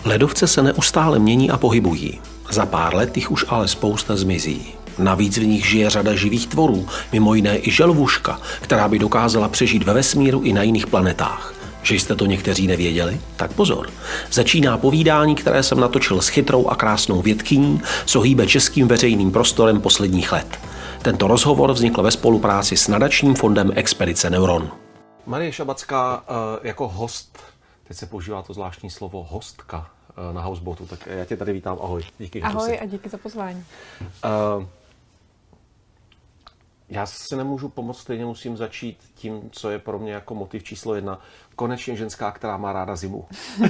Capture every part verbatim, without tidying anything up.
Ledovce se neustále mění a pohybují. Za pár let jich už ale spousta zmizí. Navíc v nich žije řada živých tvorů, mimo jiné i želvuška, která by dokázala přežít ve vesmíru i na jiných planetách. Že jste to někteří nevěděli? Tak pozor. Začíná povídání, které jsem natočil s chytrou a krásnou vědkyní, co hýbe českým veřejným prostorem posledních let. Tento rozhovor vznikl ve spolupráci s nadačním fondem Expedice Neuron. Marie Šabacká jako host, teď se používá to zvláštní slovo hostka na Houseboatu, tak já tě tady vítám, ahoj. Díky, ahoj že a díky za pozvání. Uh, já si nemůžu pomoct, stejně musím začít tím, co je pro mě jako motiv číslo jedna. Konečně ženská, která má ráda zimu.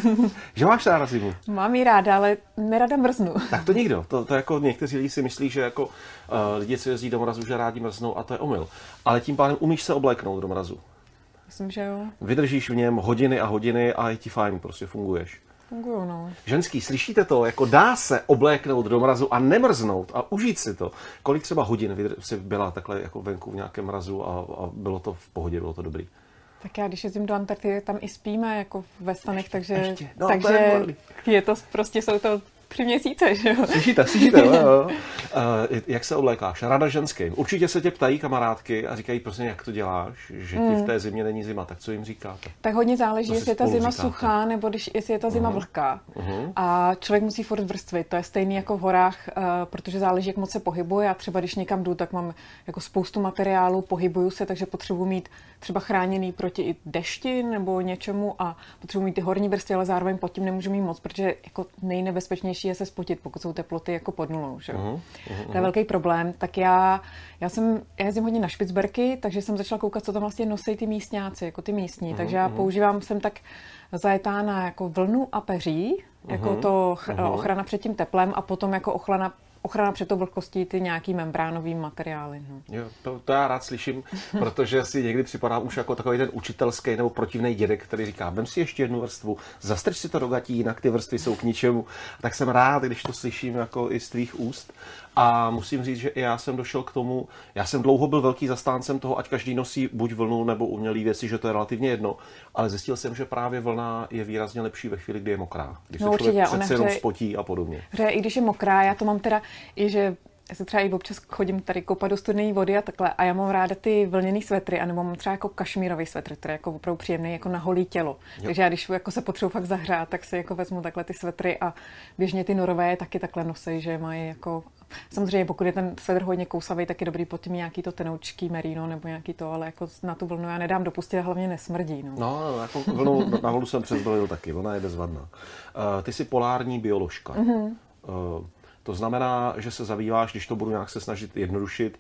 Že máš ráda zimu? Mám ji ráda, ale nerada mrznu. Tak to nikdo. To, to jako někteří lidi si myslí, že jako uh, lidi, co jezdí do mrazu, že rádi mrznou a to je omyl. Ale tím pádem umíš se obléknout do mrazu. Myslím, že jo. Vydržíš v něm hodiny a hodiny a je ti fajn, prostě funguješ. Funguju, no. Ženský, slyšíte to? Jako dá se obléknout do mrazu a nemrznout a užít si to. Kolik třeba hodin jsi byla takhle jako venku v nějakém mrazu a, a bylo to v pohodě, bylo to dobrý? Tak já, když jezdím do Antarktidy, tam i spíme jako ve stanech, ještě, takže, ještě. No, takže je, je to prostě, jsou to tři měsíce, že jo? Slyšíte, slyšíte, jo, jo. Uh, jak se oblékáš? Rada ženským. Určitě se tě ptají kamarádky a říkají, prostě, jak to děláš, že ti v té zimě není zima, tak co jim říkáte? Tak hodně záleží, jestli je ta zima říkáte? suchá, nebo když, jestli je ta zima uh-huh. vlhká. Uh-huh. A člověk musí furt vrstvit, to je stejný jako v horách, uh, protože záleží, jak moc se pohybuje. A třeba když někam jdu, tak mám jako spoustu materiálu, pohybuju se, takže potřebuji mít třeba chráněný proti i dešti nebo něčemu a potřebuji mít ty horní vrstvy, ale zároveň pod tím nemůžu mít moc, protože jako nejnebezpečnější je se spotit, pokud jsou teploty jako pod nulou. Že? Uh-huh, uh-huh. To je velký problém. Tak já, já jsem, já jezdím hodně na Špicberky, takže jsem začala koukat, co tam vlastně nosí ty místňáci, jako ty místní. Uh-huh, takže já uh-huh. používám, jsem tak zajetá na jako vlnu a peří, uh-huh, jako to ch- uh-huh. ochrana před tím teplem a potom jako ochrana Ochrana před tou vlhkostí, ty nějaký membránový materiály. No. Jo, to, to já rád slyším, protože si někdy připadám už jako takový ten učitelský nebo protivný dědek, který říká, vem si ještě jednu vrstvu, zastrč si to do gatí, jinak ty vrstvy jsou k ničemu. Tak jsem rád, když to slyším jako i z tvých úst. A musím říct, že i já jsem došel k tomu, já jsem dlouho byl velký zastáncem toho, ať každý nosí buď vlnu nebo umělý věci, že to je relativně jedno, ale zjistil jsem, že právě vlna je výrazně lepší ve chvíli, kdy je mokrá. Když no, se člověk určitě, přece jenom spotí a podobně. Hře, i když je mokrá, já to mám teda i, že já se třeba i občas chodím tady koupat do studené vody a takhle a já mám ráda ty vlněný svetry, anebo mám třeba jako kašmírový svetr, který je jako opravdu příjemný jako na holý tělo. Jo. Takže já když jako se potřebuji fakt zahřát, tak si jako vezmu takhle ty svetry a běžně ty norové taky takhle nosí, že mají jako samozřejmě pokud je ten svetr hodně kousavý, tak je dobrý pod tím nějaký to tenoučký merino nebo nějaký to, ale jako na tu vlnu já nedám dopustit a hlavně nesmrdí. No, no jako vlnu, na vlnu jsem přezbrojil taky, vlna je bezvadná. Uh, ty jsi polární bioložka. Mm-hmm. Uh, To znamená, že se zabýváš, když to budu nějak se snažit jednodušit,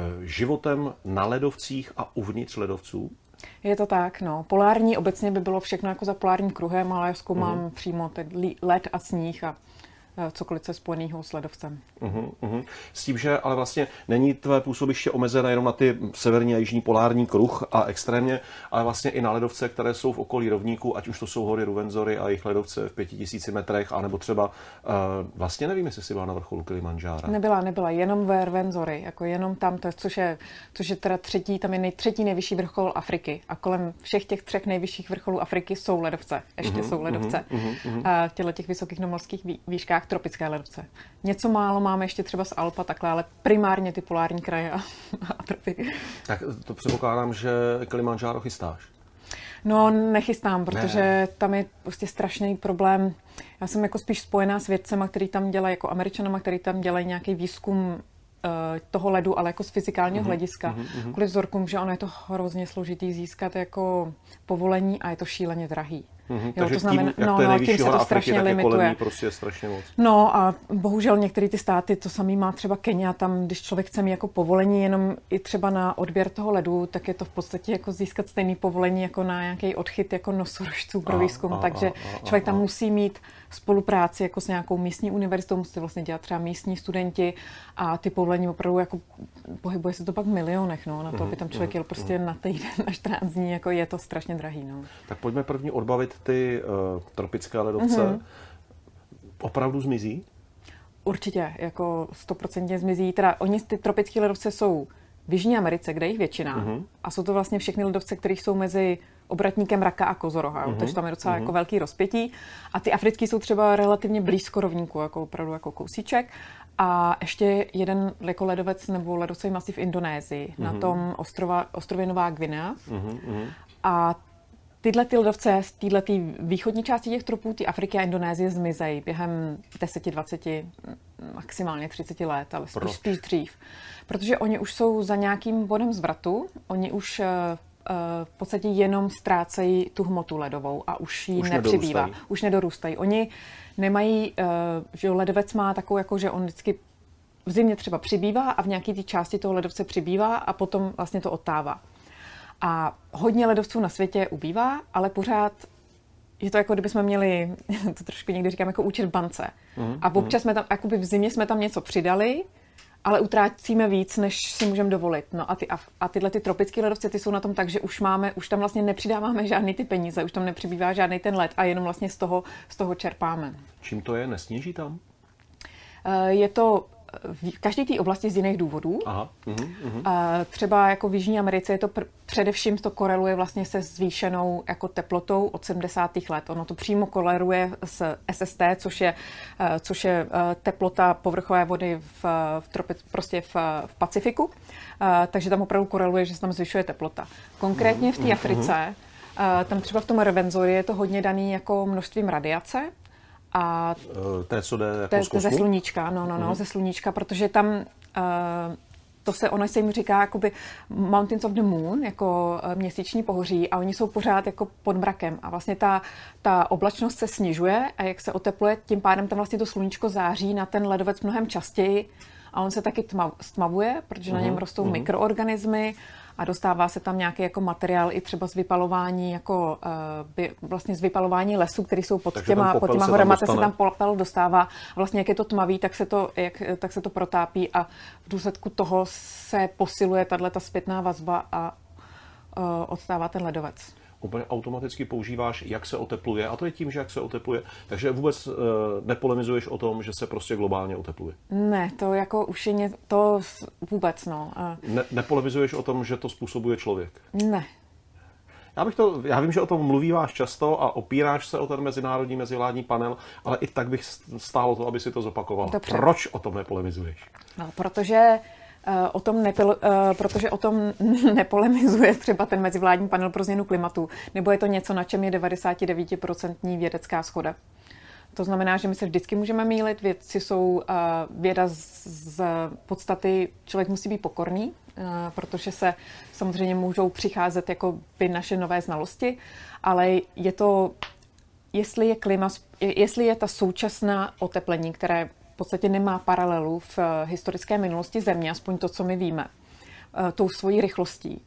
životem na ledovcích a uvnitř ledovců? Je to tak, no. Polární obecně by bylo všechno jako za polárním kruhem, ale já zkoumám mm. přímo ten led a sníh a cokoliv se spojeného s ledovcem. Uhum, uhum. S tím, že ale vlastně není tvé působiště omezené jenom na ty severní a jižní polární kruh a extrémně, ale vlastně i na ledovce, které jsou v okolí rovníku, ať už to jsou hory Ruvenzory a jejich ledovce v pěti tisíci metrech, anebo třeba, uh, vlastně nevím, jestli jsi byla na vrcholu Kilimandžára. Nebyla, nebyla, jenom v Ruvenzory, jako jenom tam, to, což je, což je teda třetí, tam je nej, třetí nejvyšší vrchol Afriky a kolem všech těch třech nejvyšších vrcholů Afriky jsou ledovce, ještě uhum, jsou ledovce. Uhum, uhum. A v těchto těch vysokých nadmořských výškách tropické ledovce. Něco málo máme ještě třeba z Alpa takhle, ale primárně ty polární kraje a, a tropy. Tak to předpokládám, že Kilimandžáro chystáš. No, nechystám, protože ne. tam je prostě strašný problém. Já jsem jako spíš spojená s vědcema, který tam dělají, jako Američanama, který tam dělají nějaký výzkum toho ledu, ale jako z fyzikálního mm-hmm, hlediska. Mm-hmm. Kvůli vzorkům, že ono je to hrozně složitý získat jako povolení a je to šíleně drahý. Mm-hmm, jo, takže to znamená, tím, jak no, to je no, nejvyšší tím se to Afriky, strašně tak limituje. kolem ní prostě je strašně moc. No a bohužel některé ty státy, to samý má třeba Kenia, tam, když člověk chce mít jako povolení jenom i třeba na odběr toho ledu, tak je to v podstatě jako získat stejný povolení jako na nějaký odchyt jako nosorožců pro výzkum. A, takže a, a, člověk tam a. musí mít spolupráci jako s nějakou místní univerzitou, musí vlastně dělat třeba místní studenti a ty povolení opravdu jako pohybuje se to pak v milionech, no, na to, aby tam člověk jel prostě na týden, na čtrnáct dní, jako je to strašně drahý, no. Tak pojďme první odbavit ty uh, tropické ledovce. Mm-hmm. Opravdu zmizí? Určitě, jako stoprocentně zmizí. Teda oni, ty tropické ledovce jsou v Jižní Americe, kde je jich většina. Mm-hmm. A jsou to vlastně všechny ledovce, které jsou mezi obratníkem raka a kozoroha, mm-hmm. takže tam je docela mm-hmm. jako velký rozpětí. A ty africký jsou třeba relativně blízko rovníku, jako opravdu jako kousíček. A ještě jeden jako ledovec nebo ledovcový masiv v Indonésii, mm-hmm. na tom ostrova, ostrově Nová Gvinea. Mm-hmm. A tyhle ty ledovce z této východní části těch tropů, ty Afriky a Indonésie zmizejí během deseti, dvaceti, maximálně třiceti let, ale spíš, spíš dřív. Protože oni už jsou za nějakým bodem zvratu, oni už uh, uh, v podstatě jenom ztrácejí tu hmotu ledovou a už ji už nepřibývá, nedorůstají. už nedorůstají. Oni nemají, uh, že ledovec má takovou, jako že on vždycky v zimě třeba přibývá a v nějaké té části toho ledovce přibývá a potom vlastně to odtává. A hodně ledovců na světě ubývá, ale pořád je to jako kdybychom měli, to trošku někdy říkám, jako účet v bance. Mm, a občas mm. jsme tam, jakoby v zimě jsme tam něco přidali, ale utrácíme víc, než si můžeme dovolit. No a, ty, a, a tyhle ty tropické ledovce, ty jsou na tom tak, že už máme, už tam vlastně nepřidáváme žádný ty peníze, už tam nepřibývá žádný ten led a jenom vlastně z toho, z toho čerpáme. Čím to je? Nesněží tam? Je to v každé té oblasti z jiných důvodů. Aha, uhum, uhum. Třeba jako v Jižní Americe je to pr- především to koreluje vlastně se zvýšenou jako teplotou od sedmdesátých let. Ono to přímo koreluje s S S T, což je, což je teplota povrchové vody v, v, tropi, prostě v, v Pacifiku. Takže tam opravdu koreluje, že se tam zvyšuje teplota. Konkrétně v té Africe, tam třeba v tom Rwenzori je to hodně daný jako množstvím radiace. A to je co jde jako z kosmu? Ze sluníčka, no, no, no, mm. ze sluníčka, protože tam uh, to se, ono se jim říká jakoby Mountains of the Moon, jako měsíční pohoří a oni jsou pořád jako pod mrakem a vlastně ta, ta oblačnost se snižuje a jak se otepluje, tím pádem tam vlastně to sluníčko září na ten ledovec mnohem častěji a on se taky tma, stmavuje, protože mm. na něm rostou mm. mikroorganismy a dostává se tam nějaký jako materiál i třeba z vypalování, jako uh, by, vlastně z vypalování lesů, které jsou pod Takže těma, pod těma horama, se tam popel dostává. A vlastně jak je to tmavý, tak se to, jak, tak se to protápí a v důsledku toho se posiluje tato zpětná vazba a uh, odstává ten ledovec. Úplně automaticky používáš, jak se otepluje, a to je tím, že jak se otepluje. Takže vůbec uh, nepolemizuješ o tom, že se prostě globálně otepluje. Ne, to jako už je ně, to vůbec, no. Ne, nepolemizuješ o tom, že to způsobuje člověk? Ne. Já, bych to, já vím, že o tom mluvíváš často a opíráš se o ten mezinárodní mezivládní panel, ale i tak bych stálo to, aby si to zopakoval. Dobře. Proč o tom nepolemizuješ? No, protože... Uh, o tom nepil, uh, protože o tom nepolemizuje třeba ten mezivládní panel pro změnu klimatu, nebo je to něco, na čem je devadesát devět procent vědecká shoda. To znamená, že my se vždycky můžeme mýlit, vědci jsou uh, věda z, z podstaty, člověk musí být pokorný, uh, protože se samozřejmě můžou přicházet jako by naše nové znalosti, ale je to, jestli je klima, jestli je ta současná oteplení, které v podstatě nemá paralelu v historické minulosti Země, aspoň to, co my víme, tou svojí rychlostí,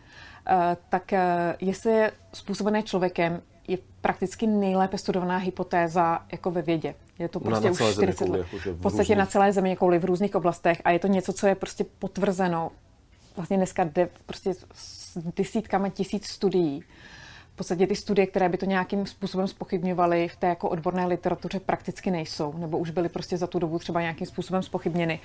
tak jestli je způsobené člověkem, je prakticky nejlépe studovaná hypotéza jako ve vědě. Je to prostě už čtyřicet let. V podstatě na celé Země kouli v různých oblastech a je to něco, co je prostě potvrzeno. Vlastně dneska jde prostě s desítkami tisíc studií. V podstatě ty studie, které by to nějakým způsobem zpochybňovaly, v té jako odborné literatuře prakticky nejsou, nebo už byly prostě za tu dobu třeba nějakým způsobem zpochybněny.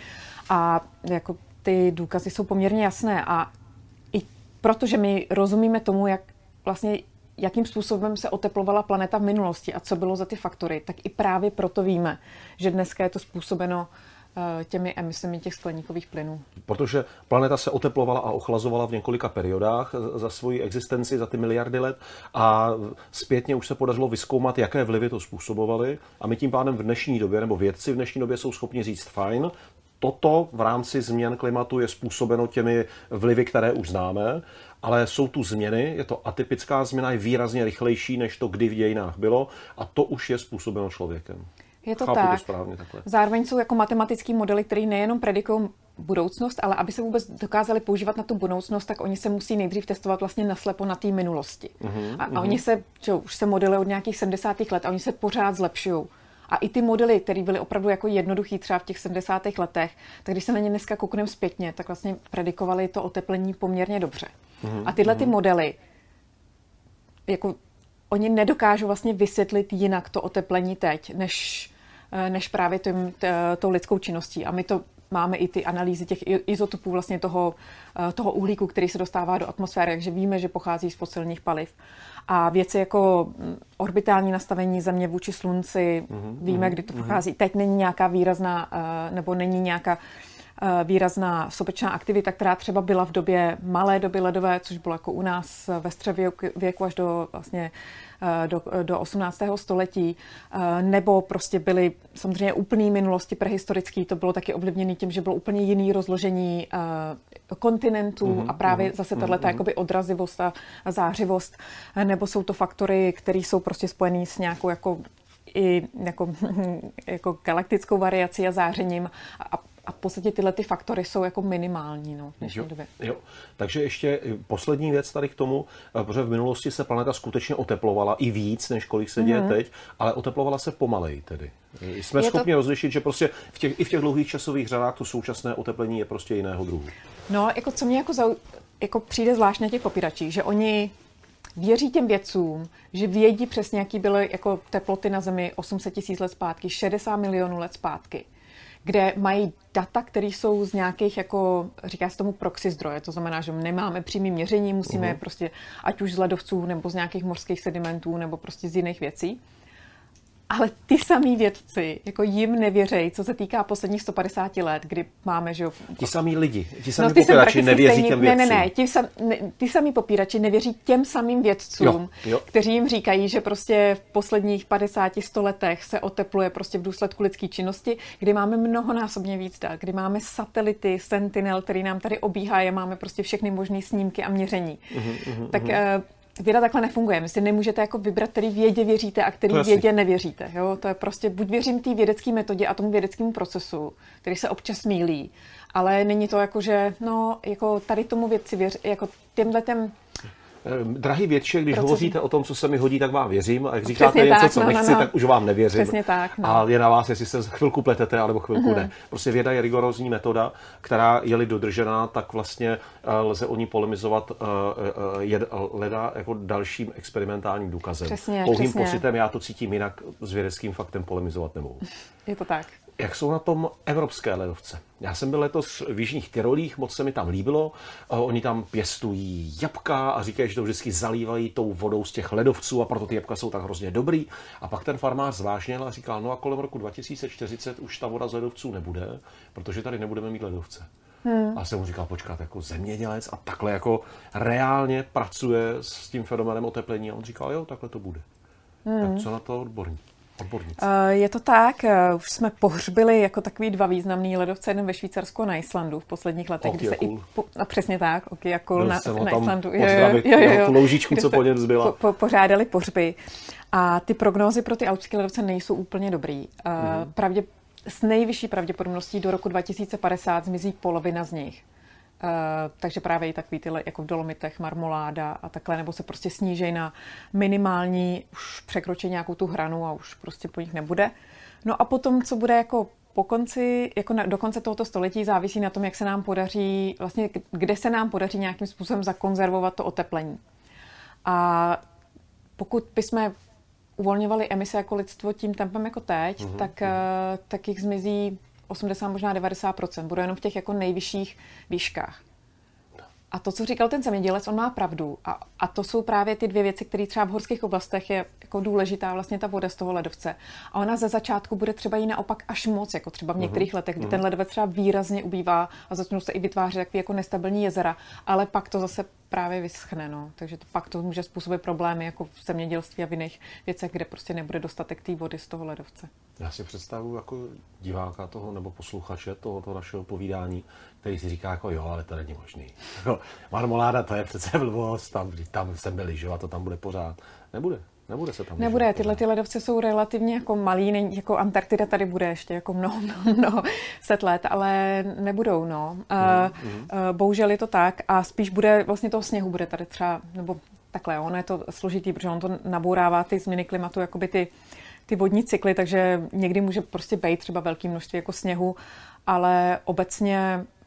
A jako ty důkazy jsou poměrně jasné a i protože my rozumíme tomu, jak vlastně jakým způsobem se oteplovala planeta v minulosti a co bylo za ty faktory, tak i právě proto víme, že dneska je to způsobeno těmi emisemi těch skleníkových plynů. Protože planeta se oteplovala a ochlazovala v několika periodách za svoji existenci, za ty miliardy let a zpětně už se podařilo vyzkoumat, jaké vlivy to způsobovaly a my tím pádem v dnešní době, nebo vědci v dnešní době jsou schopni říct fajn, toto v rámci změn klimatu je způsobeno těmi vlivy, které už známe, ale jsou tu změny, je to atypická změna, je výrazně rychlejší, než to kdy v dějinách bylo a to už je způsobeno člověkem. Je to Chápu tak. To správně takhle. Zároveň jsou jako matematický modely, které nejenom predikují budoucnost, ale aby se vůbec dokázali používat na tu budoucnost, tak oni se musí nejdřív testovat vlastně naslepo na té minulosti. Uh-huh, a, uh-huh. a oni se, čo, už se modely od nějakých sedmdesátých let a oni se pořád zlepšují. A i ty modely, které byly opravdu jako jednoduchý třeba v těch sedmdesátých letech, tak když se na ně dneska koukneme zpětně, tak vlastně predikovali to oteplení poměrně dobře. Uh-huh, a tyhle uh-huh. ty modely, jako oni nedokážou vlastně vysvětlit jinak to oteplení teď, než, než právě tím, t, tou lidskou činností. A my to máme i ty analýzy těch izotopů vlastně toho, toho uhlíku, který se dostává do atmosféry, takže víme, že pochází z fosilních paliv. A věci jako orbitální nastavení Země vůči Slunci, mm-hmm, víme, kdy to pochází. Teď není nějaká výrazná, nebo není nějaká výrazná sopečná aktivita, která třeba byla v době malé doby ledové, což bylo jako u nás ve středověku až do vlastně do, do osmnáctého století, nebo prostě byly samozřejmě úplný minulosti prehistorický, to bylo taky ovlivněné tím, že bylo úplně jiný rozložení kontinentů mm-hmm, a právě mm-hmm, zase tato mm-hmm. jakoby odrazivost a zářivost, nebo jsou to faktory, které jsou prostě spojené s nějakou jako i jako, jako galaktickou variací a zářením a, a v podstatě tyhle ty faktory jsou jako minimální. No, jo, jo. Takže ještě poslední věc tady k tomu, protože v minulosti se planeta skutečně oteplovala i víc, než kolik se děje mm-hmm. teď, ale oteplovala se pomalej tedy. Jsme je schopni to... rozlišit, že prostě v těch, i v těch dlouhých časových řadách to současné oteplení je prostě jiného druhu. No, jako co mě jako, zau, jako přijde zvláštně těch popíračích, že oni věří těm vědcům, že vědí přesně, jaký byly jako teploty na Zemi osm set tisíc let zpátky, šedesát milionů let zpátky, kde mají data, které jsou z nějakých, jako říká se tomu proxy zdroje, to znamená, že nemáme přímé měření, musíme uh-huh. prostě, ať už z ledovců, nebo z nějakých mořských sedimentů, nebo prostě z jiných věcí. Ale ty samý vědci jako jim nevěří, co se týká posledních sto padesát let, kdy máme, že jo... Ti samý lidi, ti samý no, popírači nevěří stejný, těm vědcům. Ne, ne, ne, ti, sam, ne, ty samý popírači nevěří těm samým vědcům, jo, jo. kteří jim říkají, že prostě v posledních padesáti sto letech se otepluje prostě v důsledku lidské činnosti, kdy máme mnohonásobně víc dat, kdy máme satelity, Sentinel, který nám tady obíhá a máme prostě všechny možné snímky a měření. Uh-huh, uh-huh, tak... Uh, Věda takhle nefunguje. Vy si nemůžete jako vybrat, který vědě věříte a který vědě nevěříte. Jo? To je prostě, buď věřím té vědecké metodě a tomu vědeckému procesu, který se občas mýlí, ale není to jako, že no, jako tady tomu vědci věří, jako těmhletem... Drahý vědče, když procesu. Hovoříte o tom, co se mi hodí, tak vám věřím. A jak říkáte tak, něco, co no, nechci, no, no. tak už vám nevěřím. Přesně tak. No. A je na vás, jestli se chvilku pletete, alebo chvilku mm-hmm. ne. Prostě věda je rigorózní metoda, která je-li dodržená, tak vlastně lze o ní polemizovat je leda jako dalším experimentálním důkazem. Přesně, Pouhým přesně. pocitem, já to cítím jinak, s vědeckým faktem polemizovat nemohu. Je to tak. Jak jsou na tom evropské ledovce? Já jsem byl letos v Jižních Tyrolích, moc se mi tam líbilo. Oni tam pěstují jabka a říkají, že to vždycky zalívají tou vodou z těch ledovců a proto ty jabka jsou tak hrozně dobrý. A pak ten farmář zvážněl a říkal, no a kolem roku dva tisíce čtyřicet už ta voda z ledovců nebude, protože tady nebudeme mít ledovce. Hmm. A jsem mu říkal, počkat, jako zemědělec a takhle jako reálně pracuje s tím fenoménem oteplení. A on říkal, jo, takhle to bude. Hmm. Tak co na to odborní? Odbornice. Je to tak, už jsme pohřbili jako takový dva významný ledovce, jeden ve Švýcarsku a na Islandu v posledních letech. Kdy se i po, a přesně tak, Okiakul na, na Islandu. Pozdravit, jo, jo, jo, tu loužičku, co po něm zbyla. Po, po, pořádali pohřby. A ty prognózy pro ty alpské ledovce nejsou úplně dobrý. Mm. Pravdě, s nejvyšší pravděpodobností do roku dva tisíce padesát zmizí polovina z nich. Uh, takže právě i takový tyhle, jako v Dolomitech, marmoláda a takhle, nebo se prostě sníží na minimální, už překročí nějakou tu hranu a už prostě po nich nebude. No a potom, co bude jako po konci, jako na, do konce tohoto století, závisí na tom, jak se nám podaří, vlastně kde se nám podaří nějakým způsobem zakonzervovat to oteplení. A pokud bychom uvolňovali emise jako lidstvo tím tempem jako teď, mm-hmm. tak, uh, tak jich zmizí osmdesát, možná devadesát procent. Budou jenom v těch jako nejvyšších výškách. A to, co říkal ten zemědělec, on má pravdu. A, a to jsou právě ty dvě věci, které třeba v horských oblastech je jako důležitá vlastně ta voda z toho ledovce. A ona ze začátku bude třeba jí naopak až moc, jako třeba v některých letech, kdy ten ledovec třeba výrazně ubývá a začnou se i vytvářet takové jako nestabilní jezera, ale pak to zase právě vyschne. No. Takže to pak to může způsobit problémy jako v zemědělství a v jiných věcech, kde prostě nebude dostatek té vody z toho ledovce. Já si představuji jako diváka toho nebo posluchače tohoto našeho povídání, který si říká jako jo, ale to není možný. Marmoláda, to je přece blbost, tam, tam jsem byl lyžovat, to tam bude pořád. Nebude. Nebude se tam Nebude, lyžovat, tyhle ty ledovce jsou relativně jako malý, není, jako Antarktida tady bude ještě jako mnoho, mnoho, mnoho set let, ale nebudou, no. Mm, uh, mm. Uh, bohužel je to tak a spíš bude, vlastně toho sněhu bude tady třeba, nebo takhle, ono je to složitý, protože on to nabourává ty změny klimatu, jakoby ty, ty vodní cykly, takže někdy může prostě být třeba velké množství jako sněhu, ale obecně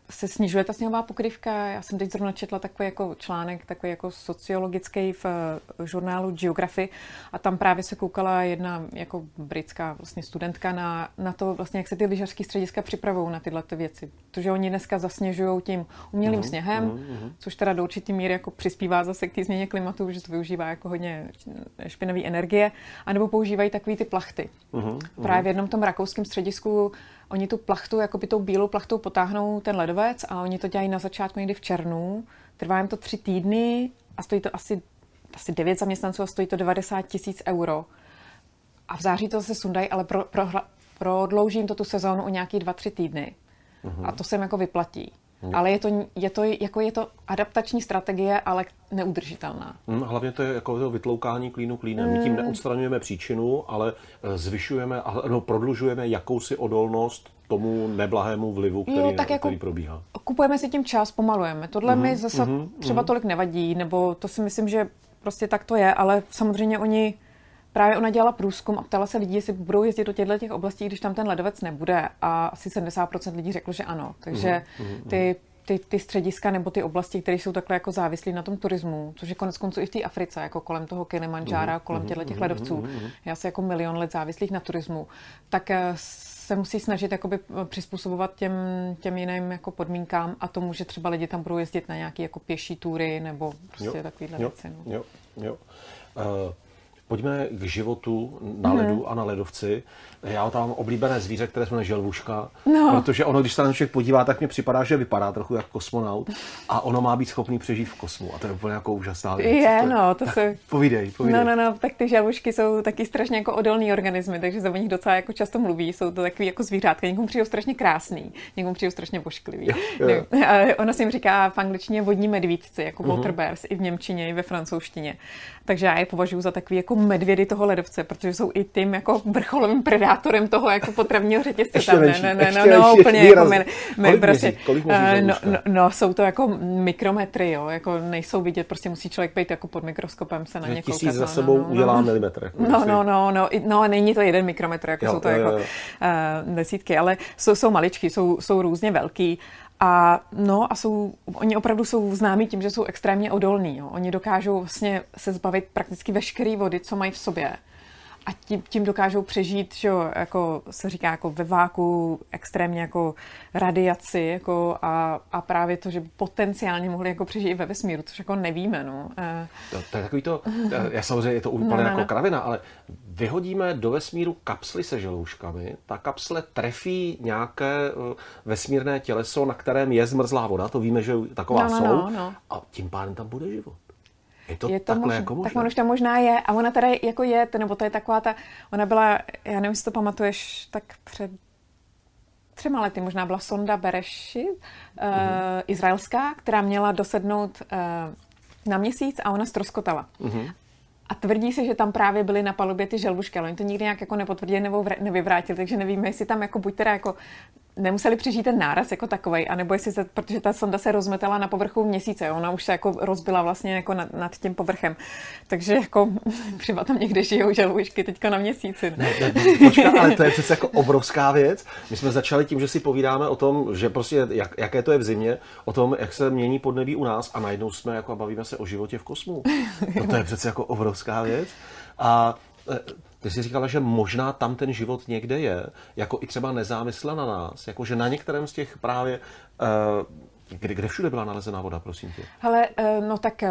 se snižuje ta sněhová pokrývka. Já jsem teď zrovna četla takový jako článek, takový jako sociologický v žurnálu Geography a tam právě se koukala jedna jako britská vlastně studentka na, na to, vlastně, jak se ty lyžařské střediska připravují na tyhle ty věci. Protože oni dneska zasněžují tím umělým mm, sněhem, mm, což teda do určitý míry jako přispívá zase k té změně klimatu, že to využívá jako hodně špinavé energie, anebo používají takový ty plachty. Mm, právě v jednom tom rakouském středisku oni tu plachtu, jako by tou bílou plachtou potáhnou ten ledovec a oni to dělají na začátku někdy v červnu. Trvá jim to tři týdny a stojí to asi, asi devět zaměstnanců a stojí to devadesát tisíc euro. A v září to zase sundají, ale pro, pro, prodlouží jim to tu sezónu o nějaký dva, tři týdny. Uh-huh. A to se jim jako vyplatí. Uh-huh. Ale je to, je, to, jako je to adaptační strategie, ale neudržitelná. Hmm, hlavně to je jako to vytloukání klínu klínem. My tím neodstraňujeme příčinu, ale zvyšujeme, no, prodlužujeme jakousi odolnost tomu neblahému vlivu, který, jo, tak jako který probíhá. Kupujeme si tím čas, pomalujeme. Tohle mm-hmm, mi zase mm-hmm, třeba tolik nevadí, nebo to si myslím, že prostě tak to je, ale samozřejmě oni, právě ona dělala průzkum a ptala se lidí, jestli budou jezdit do těchto těch oblastí, když tam ten ledovec nebude a asi sedmdesát procent lidí řeklo, že ano. Takže mm-hmm, ty Ty, ty střediska nebo ty oblasti, které jsou takhle jako závislí na tom turismu, což je konec konců i v té Africe, jako kolem toho Kilimandžára, kolem těchto těch ledovců, je asi jako milion let závislých na turismu, tak se musí snažit jakoby přizpůsobovat těm, těm jiným jako podmínkám a tomu, že třeba lidi tam budou jezdit na nějaké jako pěší túry nebo prostě takovýhle věci. No. Jo, jo. Uh... Pojďme k životu na ledu mm. a na ledovci. Já tam mám oblíbené zvíře, které se jmenuje želvuška, no. Protože ono, když se na člověk podívá, tak mně připadá, že vypadá trochu jako kosmonaut a ono má být schopný přežít v kosmu. A to je úplně jako úžasná věc. Je, to no, to se... Povídej, povídej. No, no, no, tak ty želvušky jsou taky strašně jako odolný organismy, takže za nich docela jako často mluví. Jsou to takový jako zvířátka. Někomu přijdou strašně krásný, někomu přijdou strašně vošklivý. Jo, jo. Ono se jim říká v angličtině vodní medvídci, jako water mm-hmm. bears, i v němčině, i ve francouzštině. Takže já je považuji za takový jako medvědy toho ledovce, protože jsou i tím jako vrcholovým predátorem toho jako potravního řetězce. Ještě tam. Menší, ne, ne, ještě, no, no, ještě, úplně ještě jako my, my kolik prostě, měří, kolik měří no, no, no, jsou to jako mikrometry, jo, jako nejsou vidět, prostě musí člověk být jako pod mikroskopem se na ně koukat. Tisíc za sebou no, no, udělá no, milimetr. Jako no, no, no, no, no, není to jeden mikrometr, jako jo, jsou to jo, jako jo, jo. Uh, desítky, ale jsou, jsou maličky, jsou, jsou různě velký. A no a jsou, oni opravdu jsou známí tím, že jsou extrémně odolní. Jo. Oni dokážou vlastně se zbavit prakticky veškeré vody, co mají v sobě. A tím, tím dokážou přežít, že jo, jako se říká, jako ve váku, extrémně jako radiaci, jako a, a právě to, že potenciálně mohli jako přežít i ve vesmíru, což jako nevíme, no. To, to je takový to, já samozřejmě je to úplně no, no, jako no. kravina, ale vyhodíme do vesmíru kapsly se želouškami, ta kapsle trefí nějaké vesmírné těleso, na kterém je zmrzlá voda, to víme, že taková no, no, jsou, no, no. a tím pádem tam bude život. Je to, je to takhle možná, jako možná? Tak on už tam možná je. A ona teda jako je, nebo to je taková ta, ona byla, já nevím, jestli to pamatuješ, tak před třema lety možná byla sonda Bereshit, uh, uh-huh. izraelská, která měla dosednout uh, na měsíc a ona ztroskotala. Uh-huh. A tvrdí se, že tam právě byly na palubě ty želvušky, ale oni to nikdy nějak jako nepotvrdili nebo nevyvrátili, takže nevíme, jestli tam jako buď teda jako nemuseli přežít ten náraz jako takovej, anebo jestli se, protože ta sonda se rozmetala na povrchu měsíce, ona už se jako rozbila vlastně jako nad, nad tím povrchem. Takže jako třeba tam někde žijou želvušky teďka na měsíci. Ne, ne, počká, ale to je přece jako obrovská věc. My jsme začali tím, že si povídáme o tom, že prostě jak, jaké to je v zimě, o tom, jak se mění podnebí u nás a najednou jsme jako bavíme se o životě v kosmu. No to je přece jako obrovská věc. A ty jsi říkala, že možná tam ten život někde je, jako i třeba nezávisle na nás, jako že na některém z těch právě, kde, kde všude byla nalezená voda, prosím tě? Hele, no tak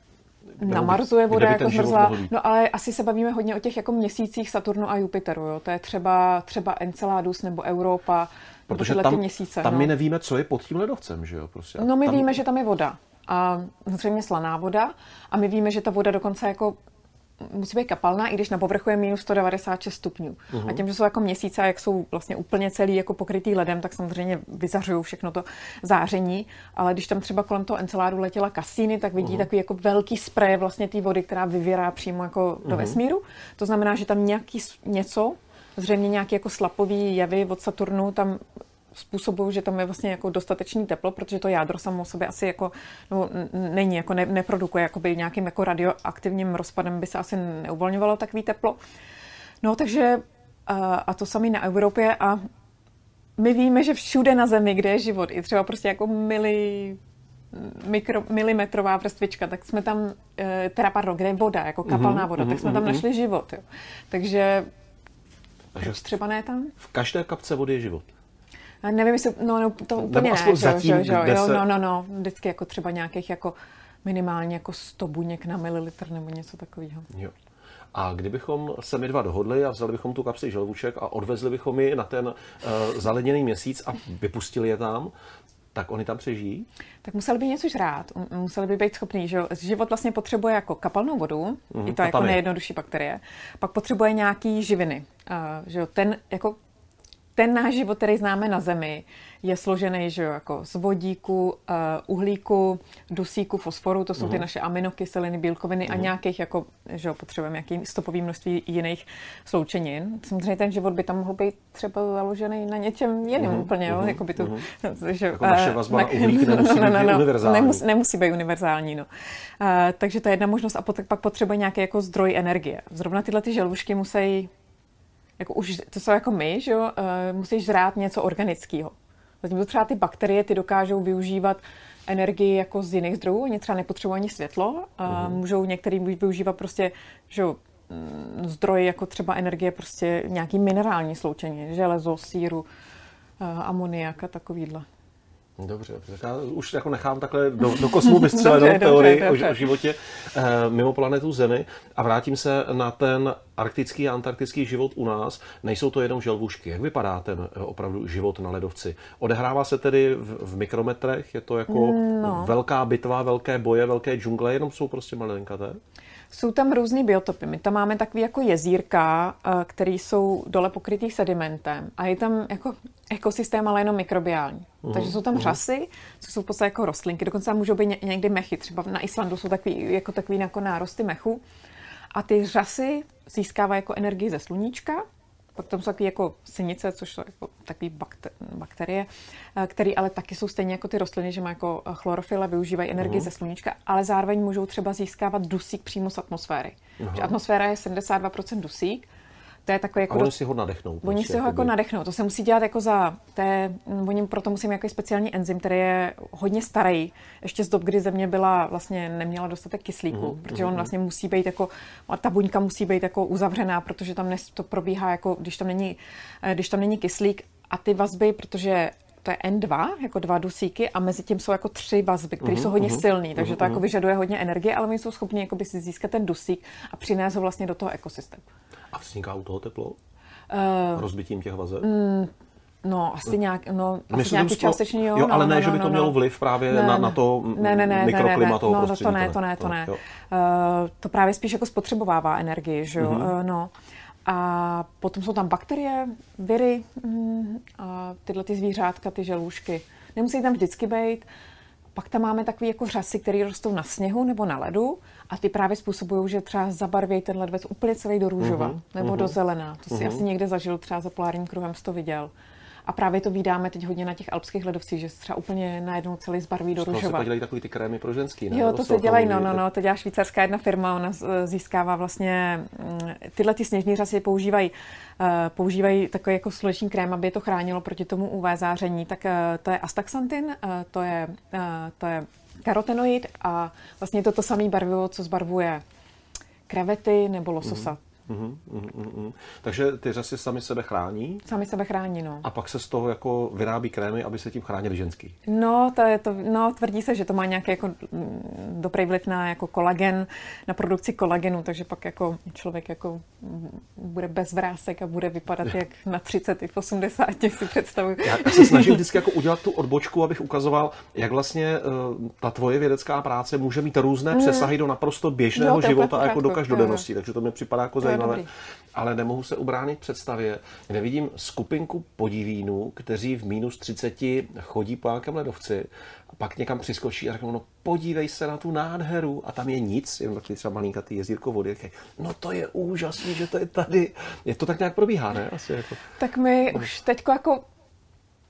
na Marsu je voda jako zmrzlá, no ale asi se bavíme hodně o těch jako měsících Saturnu a Jupiteru, jo, to je třeba, třeba Enceladus nebo Europa, protože tam, ty měsíce, tam no. my nevíme, co je pod tím ledovcem, že jo? Prostě. No my tam... víme, že tam je voda a zřejmě slaná voda a my víme, že ta voda dokonce jako musí být kapalná, i když na povrchu je minus sto devadesát šest stupňů. Uh-huh. A tím, že jsou jako měsíce a jak jsou vlastně úplně celý jako pokrytý ledem, tak samozřejmě vyzařují všechno to záření, ale když tam třeba kolem toho Enceládu letěla Cassini, tak vidí uh-huh. takový jako velký spray vlastně té vody, která vyvěrá přímo jako uh-huh. do vesmíru. To znamená, že tam nějaký něco, zřejmě nějaký jako slapový jevy od Saturnu tam způsobují, že tam je vlastně jako dostatečný teplo, protože to jádro samo o sobě asi jako no, není, jako ne, neprodukuje jakoby nějakým jako radioaktivním rozpadem by se asi neuvolňovalo takový teplo. No takže a, a to samé na Evropě a my víme, že všude na Zemi, kde je život, i třeba prostě jako mili, mikro, milimetrová vrstvička, tak jsme tam, teda pardon, kde je voda, jako kapalná voda, mm-hmm, tak jsme tam mm-hmm. našli život. Jo. Takže proč třeba ne tam? V každé kapce vody je život. A nevím, jestli, no, no to úplně ne, zatím, že, že, jo, se... no, no, no, vždycky jako třeba nějakých jako minimálně jako sto buněk na mililitr nebo něco takového. Jo. A kdybychom se my dva dohodli a vzali bychom tu kapsi želvuček a odvezli bychom ji na ten uh, zaleněný měsíc a vypustili je tam, tak oni tam přežijí? Tak museli by něco žrát, museli by být schopný, že život vlastně potřebuje jako kapalnou vodu, mm, i to jako nejjednodušší bakterie, pak potřebuje nějaký živiny, uh, že jo, ten jako ten náš život, který známe na Zemi, je složený, že jo, jako z vodíku, uh, uhlíku, dusíku, fosforu, to jsou uh-huh. ty naše aminokyseliny, bílkoviny uh-huh. a nějakých, jako, že jo, potřebujeme nějaký stopový množství jiných sloučenin. Samozřejmě ten život by tam mohl být třeba založený na něčem jiném uh-huh. úplně, jo, uh-huh. jako by to, uh-huh. že, jako naše vazba na uhlík nemusí no, no, no, být univerzální. Nemusí, nemusí být univerzální, no. Uh, takže to je jedna možnost a pot, pak potřebuje nějaký jako zdroj energie. Zrovna tyhle ty želvušky musí jako už, to jsou jako my, že jo, uh, musíš žrát něco organického. Zatímco třeba ty bakterie, ty dokážou využívat energii jako z jiných zdrojů, oni třeba nepotřebují ani světlo, uh, uh-huh. můžou některý využívat prostě, že jo, zdroje jako třeba energie, prostě nějaký minerální sloučení, železo, síru, uh, amoniak a takovýhle. Dobře, tak já už jako nechám takhle do, do kosmu vystřelenou teorii dobře, dobře. O, o životě eh, mimo planetu Zemi a vrátím se na ten arktický a antarktický život u nás. Nejsou to jenom želvušky. Jak vypadá ten opravdu život na ledovci? Odehrává se tedy v, v mikrometrech? Je to jako no. velká bitva, velké boje, velké džungle, jenom jsou prostě malinkaté? Jsou tam různý biotopy. My tam máme takový jako jezírka, které jsou dole pokrytý sedimentem a je tam jako ekosystém, ale jenom mikrobiální. Uh-huh. Takže jsou tam řasy, co jsou v podstatě jako rostlinky, dokonce tam můžou být někdy mechy. Třeba na Islandu jsou takový, jako takový jako nárosty mechu a ty řasy získávají jako energii ze sluníčka. Pak tam jsou takové jako synice, což jsou jako takové bakterie, které ale taky jsou stejně jako ty rostliny, že má jako chlorofyl a využívají energii uh-huh. ze sluníčka, ale zároveň můžou třeba získávat dusík přímo z atmosféry. Uh-huh. Atmosféra je sedmdesát dva procent dusík. To je takový jako a oni si ho nadechnou. Oni si ho jako nadechnou. To se musí dělat jako za... Té, oni proto musí mít jako speciální enzym, který je hodně starý. Ještě z dob, kdy Země byla vlastně neměla dostatek kyslíku, mm, protože mm, on vlastně musí být jako... A ta buňka musí být jako uzavřená, protože tam to probíhá jako... Když tam není, když tam není kyslík a ty vazby, protože to je en dva, jako dva dusíky a mezi tím jsou jako tři vazby, které uh-huh, jsou hodně uh-huh, silné, takže uh-huh. to jako vyžaduje hodně energie, ale oni jsou schopni jako by si získat ten dusík a přinést ho vlastně do toho ekosystému. A vzniká u toho teplo? Uh, Rozbitím těch vazeb? Mm, no, asi nějak, no, asi nějaký částečný, jo. Jo, ale no, ne, no, že by to no, mělo no. vliv právě ne, na, na to ne, ne, ne, mikroklima ne, ne, toho no, prostředí. To ne, to ne, to ne. To, ne. Uh, to právě spíš jako spotřebovává energii, že jo, uh-huh. uh, no. A potom jsou tam bakterie, viry mm, a tyhle ty zvířátka, ty želvušky. Nemusí tam vždycky být. Pak tam máme takové jako řasy, které rostou na sněhu nebo na ledu a ty právě způsobují, že třeba zabarvějí ten ledovec úplně celý do růžova uh-huh, nebo uh-huh. do zelená. To si uh-huh. asi někde zažil, třeba za polárním kruhem jsi to viděl. A právě to vídáme teď hodně na těch alpských ledovcích, že se třeba úplně najednou celý zbarví do růžova. Z toho se dělají takový ty krémy pro ženský, ne? Jo, to se dělají, no, no, no, to dělá švýcarská jedna firma, ona získává vlastně, tyhle ty sněžní řasy používají, používají takový jako sluneční krém, aby je to chránilo proti tomu ú vé záření, tak to je astaxantin, to je, to je karotenoid a vlastně je to to samé barvivo, co zbarvuje krevety nebo lososa. Mm. Uhum, uhum, uhum. Takže ty řasy sami sebe chrání? Sami sebe chrání, no. A pak se z toho jako vyrábí krémy, aby se tím chránili ženský? No, to je to, no, tvrdí se, že to má nějaký jako dobrý vliv na jako kolagen, na produkci kolagenu, takže pak jako člověk jako bude bez vrásek a bude vypadat jak na třicet i v osmdesáti, si představuji. Já, já se snažím vždycky jako udělat tu odbočku, abych ukazoval, jak vlastně uh, ta tvoje vědecká práce může mít různé mm. přesahy do naprosto běžného jo, života a jako do každodennosti, takže to mi připadá jako zajímavé. Ale nemohu se ubránit představě, kde vidím skupinku podivínů, kteří v mínus třiceti chodí po nějakém ledovci a pak někam přiskočí a řeknou, no podívej se na tu nádheru a tam je nic, jen takový třeba malinkatý jezírko vody. No to je úžasný, že to je tady. Je to tak nějak probíhá, ne? Asi jako... Tak my no. už teďko jako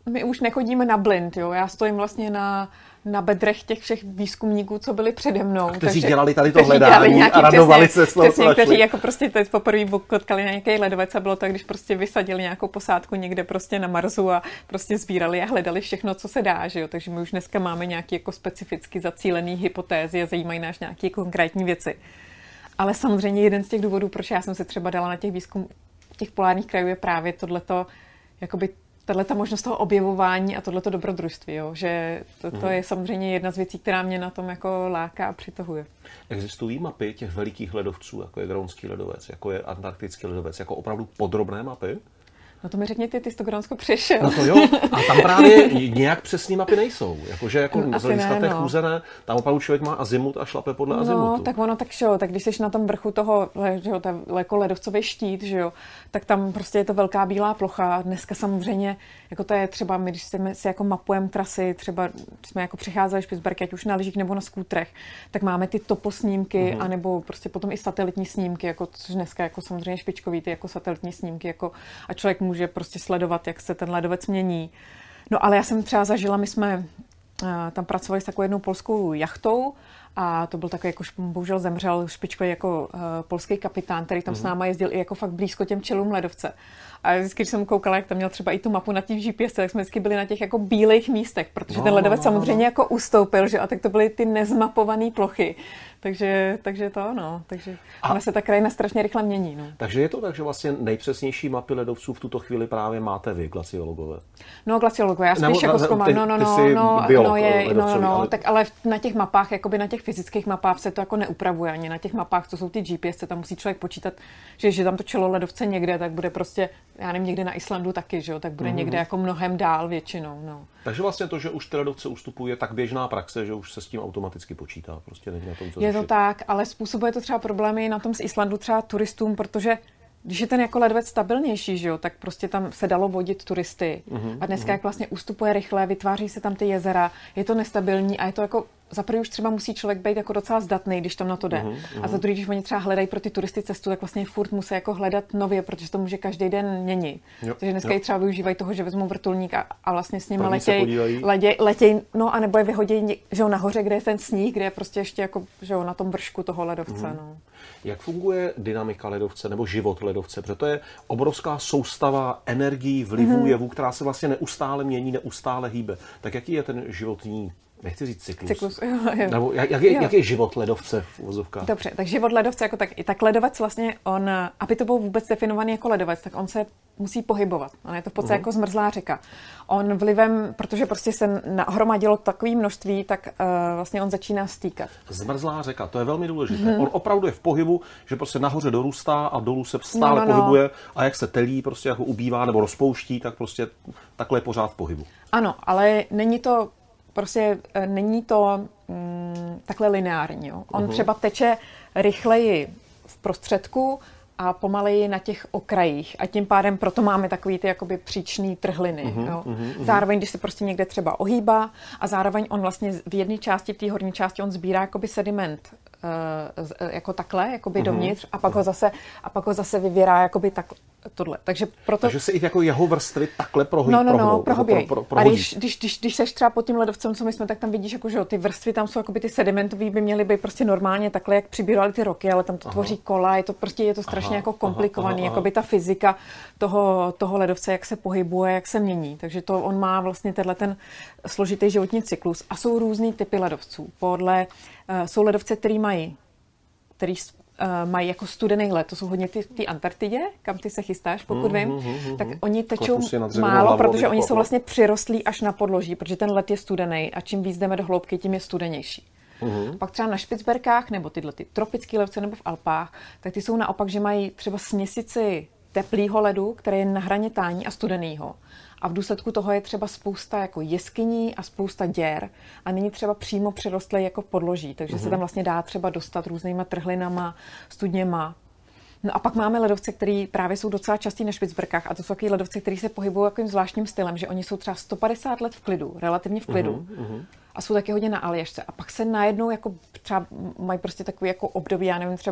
my už nechodíme na blind, jo. Já stojím vlastně na, na bedrech těch všech výzkumníků, co byli přede mnou. A kteří takže, dělali tady to hledání a radovali se s toho, přesně, kteří jako prostě teď poprvé potkali na nějaký ledovec a bylo to, když prostě vysadili nějakou posádku někde prostě na Marsu a prostě sbírali a hledali všechno, co se dá, že jo. Takže my už dneska máme nějaký jako specificky zacílený hypotézy a zajímají nás nějaké konkrétní věci. Ale samozřejmě jeden z těch důvodů, proč já jsem se třeba dala na těch výzkum těch polárních krajů, je právě tohleto, jakoby tato možnost toho objevování a tohleto dobrodružství, jo? Že to, to je samozřejmě jedna z věcí, která mě na tom jako láká a přitahuje. Existují mapy těch velikých ledovců, jako je Grónský ledovec, jako je Antarktický ledovec, jako opravdu podrobné mapy? No to mi řekněte, ty jsi to Grónsko přešel. No to jo, a tam právě nějak přesný mapy nejsou. Jakože jako no, z hlediska té chůze ne, tam opravdu člověk má azimut a šlape podle azimutu. No, tak ono tak šo, tak když jsi na tom vrchu toho, že jo, jako ledovcový štít, že jo, tak tam prostě je to velká bílá plocha. Dneska samozřejmě, jako to je třeba, my když si jako mapujeme trasy, třeba jsme jako přicházeli Špicberky, ať už na lyžích nebo na skútrech, tak máme ty toposnímky, mm-hmm. anebo prostě potom i satelitní snímky, jako, což dneska jako samozřejmě špičkový, ty jako satelitní snímky, jako, a člověk může prostě sledovat, jak se ten ledovec mění. No ale já jsem třeba zažila, my jsme uh, tam pracovali s takovou jednou polskou jachtou a to byl takový, jako bohužel zemřel špičkový jako uh, polský kapitán, který tam mm-hmm. s náma jezdil i jako fakt blízko těm čelům ledovce. A vždycky, když jsem koukala, jak tam měl třeba i tu mapu na těch G P S, tak jsme vždycky byli na těch jako bílých místech, protože no, ten ledovec no, no, samozřejmě no. jako ustoupil, že? A tak to byly ty nezmapované plochy. Takže, takže to, no. Takže a se ta krajina strašně rychle mění, no. Takže je to tak, že vlastně nejpřesnější mapy ledovců v tuto chvíli právě máte vy, glaciologové? No, glaciologové, já spíš Nebo, jako zkoumám, no, no, no, no, biolog, no, je, ledovcový, no, no, no, ale... tak ale na těch mapách, jakoby na těch fyzických mapách se to jako neupravuje ani na těch mapách, co jsou ty G P S, tam musí člověk počítat, že, že tam to čelo ledovce někde, tak bude prostě, já nevím, někde na Islandu taky, že jo, tak bude mm-hmm. někde jako mnohem dál většinou, no. Takže vlastně to, že už ty ledovce ustupují, je tak běžná praxe, že už se s tím automaticky počítá, prostě není na tom co Je řešit. To tak, ale způsobuje to třeba problémy na tom z Islandu třeba turistům, protože když je ten jako ledovec stabilnější, že jo, tak prostě tam se dalo vodit turisty. Mm-hmm, a dneska mm-hmm. jak vlastně ustupuje rychle, vytváří se tam ty jezera, je to nestabilní a je to jako za prvý už třeba musí člověk být jako docela zdatný, když tam na to jde. Mm-hmm. A za druhý, když oni třeba hledají pro ty turisty cestu, tak vlastně furt musí jako hledat nově, protože to může každý den měnit. Jo, takže dneska jo. třeba využívají toho, že vezmou vrtulník a, a vlastně s nimi letěj, letěj, letěj, no a nebo je vyhodí, že jo, nahoře, kde je ten sníh, kde je prostě ještě jako, že jo, na tom vršku toho ledovce, mm-hmm. no. Jak funguje dynamika ledovce nebo život ledovce? Protože to je obrovská soustava energií, vlivů, mm-hmm. jevů, která se vlastně neustále mění, neustále hýbe. Tak jaký je ten životní, nechci říct cyklus, cyklus jo, jo. Nebo jak, jak, je, jak je život ledovce v uvozovkách? Dobře, tak život ledovce jako tak, tak ledovec vlastně, on, aby to byl vůbec definovaný jako ledovec, tak on se musí pohybovat. On je to v podstatě uh-huh. jako zmrzlá řeka. On vlivem, protože prostě se nahromadilo takové množství, tak uh, vlastně on začíná stýkat. Zmrzlá řeka, to je velmi důležité. Uh-huh. On opravdu je v pohybu, že prostě nahoře dorůstá a dolů se stále no, no, no. pohybuje a jak se telí, prostě jako ubývá nebo rozpouští, tak prostě takhle je pořád v pohybu. Ano, ale není to Prostě není to mm, takhle lineární. Jo. On uh-huh. třeba teče rychleji v prostředku a pomaleji na těch okrajích. A tím pádem proto máme takový ty jakoby příčný trhliny. Uh-huh, jo. Uh-huh. Zároveň, když se prostě někde třeba ohýbá a zároveň on vlastně v jedné části, v té horní části, on sbírá jakoby sediment uh, jako takhle, jakoby uh-huh. dovnitř a pak ho zase, a pak ho zase vyvěrá jakoby tak, tohle. Takže proto... Takže se i jako jeho vrstvy takhle prohodí. No, no, no, prohnou, prohoběj. Pro, pro, a když, když, když, když seš třeba pod tím ledovcem, co my jsme, tak tam vidíš, jako, že ty vrstvy tam jsou, jakoby ty sedimentový by měly být prostě normálně takhle, jak přibíraly ty roky, ale tam to aha. tvoří kola, je to prostě, je to strašně aha, jako komplikovaný, aha, aha. jakoby ta fyzika toho, toho ledovce, jak se pohybuje, jak se mění. Takže to on má vlastně tenhle ten složitý životní cyklus. A jsou různý typy ledovců. Podle, uh, jsou ledovce, který mají, který Uh, mají jako studený let, to jsou hodně ty, ty Antarktidě, kam ty se chystáš, pokud mm, vím, mm, mm, tak oni tečou málo, hlavou, protože oni jsou vlastně přirostlí až na podloží, protože ten let je studený a čím víc jdeme do hloubky, tím je studenější. Mm. Pak třeba na Špicberkách, nebo tyhle ty tropické ledovce, nebo v Alpách, tak ty jsou naopak, že mají třeba směsici teplýho ledu, který je na hraně tání a studenýho. A v důsledku toho je třeba spousta jako jeskyní a spousta děr a není třeba přímo přirostlé jako podloží, takže uh-huh. se tam vlastně dá třeba dostat různýma trhlinama, studněma. No a pak máme ledovce, které právě jsou docela častý na Špicberkách a to jsou takový ledovce, které se pohybují takovým zvláštním stylem, že oni jsou třeba sto padesát let v klidu, relativně v klidu. Uh-huh. A jsou taky hodně na Aljašce. A pak se najednou jako třeba mají prostě takový jako období, já nevím, třeba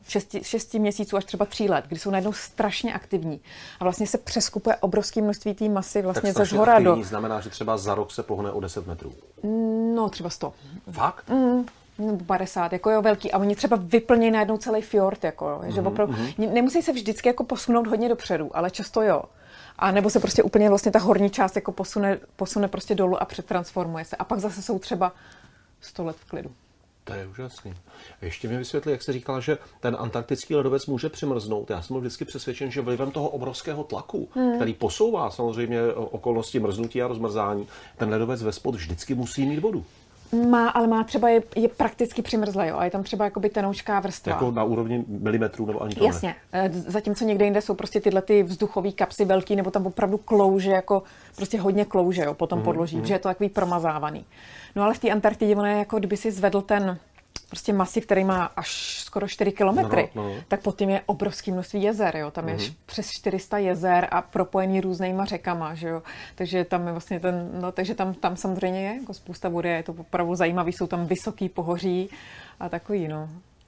šesti, šesti měsíců až třeba tří let, kdy jsou najednou strašně aktivní. A vlastně se přeskupuje obrovské množství té masy vlastně ze zhora do... Tak znamená, že třeba za rok se pohne o deset metrů. No, třeba sto. Fakt? Mm. Nebo padesát, jako jo, velký. A oni třeba vyplní najednou celý fjord, jako jo. Že opravdu, mm-hmm. nemusí se vždycky jako posunout hodně dopředu, ale často jo. A nebo se prostě úplně vlastně ta horní část jako posune, posune prostě dolů a přetransformuje se. A pak zase jsou třeba sto let v klidu. To je úžasný. Ještě mi vysvětli, jak jsi říkala, že ten antarktický ledovec může přimrznout. Já jsem byl vždycky přesvědčen, že vlivem toho obrovského tlaku, hmm. který posouvá samozřejmě okolnosti mrznutí a rozmrzání, ten ledovec ve spod vždycky musí mít vodu. Má, ale má třeba je, je prakticky přimrzlé, jo, a je tam třeba jakoby tenoučká vrstva. Jako na úrovni milimetrů nebo ani to Jasně, ne. Zatímco někde jinde jsou prostě tyhle ty vzduchové kapsy velký, nebo tam opravdu klouže, jako prostě hodně klouže, jo, po tom mm, podloží, mm. že je to takový promazávaný. No ale v té Antarktidě ono je jako, kdyby si zvedl ten prostě masiv, který má až skoro čtyři kilometry, no, no, no. tak pod tím je obrovské množství jezer, jo. Tam je mm-hmm. přes čtyři sta jezer a propojený různýma řekama, že jo. Takže tam je vlastně ten, no, takže tam, tam samozřejmě je jako spousta vody, je to opravdu zajímavý, jsou tam vysoký pohoří a takový, no.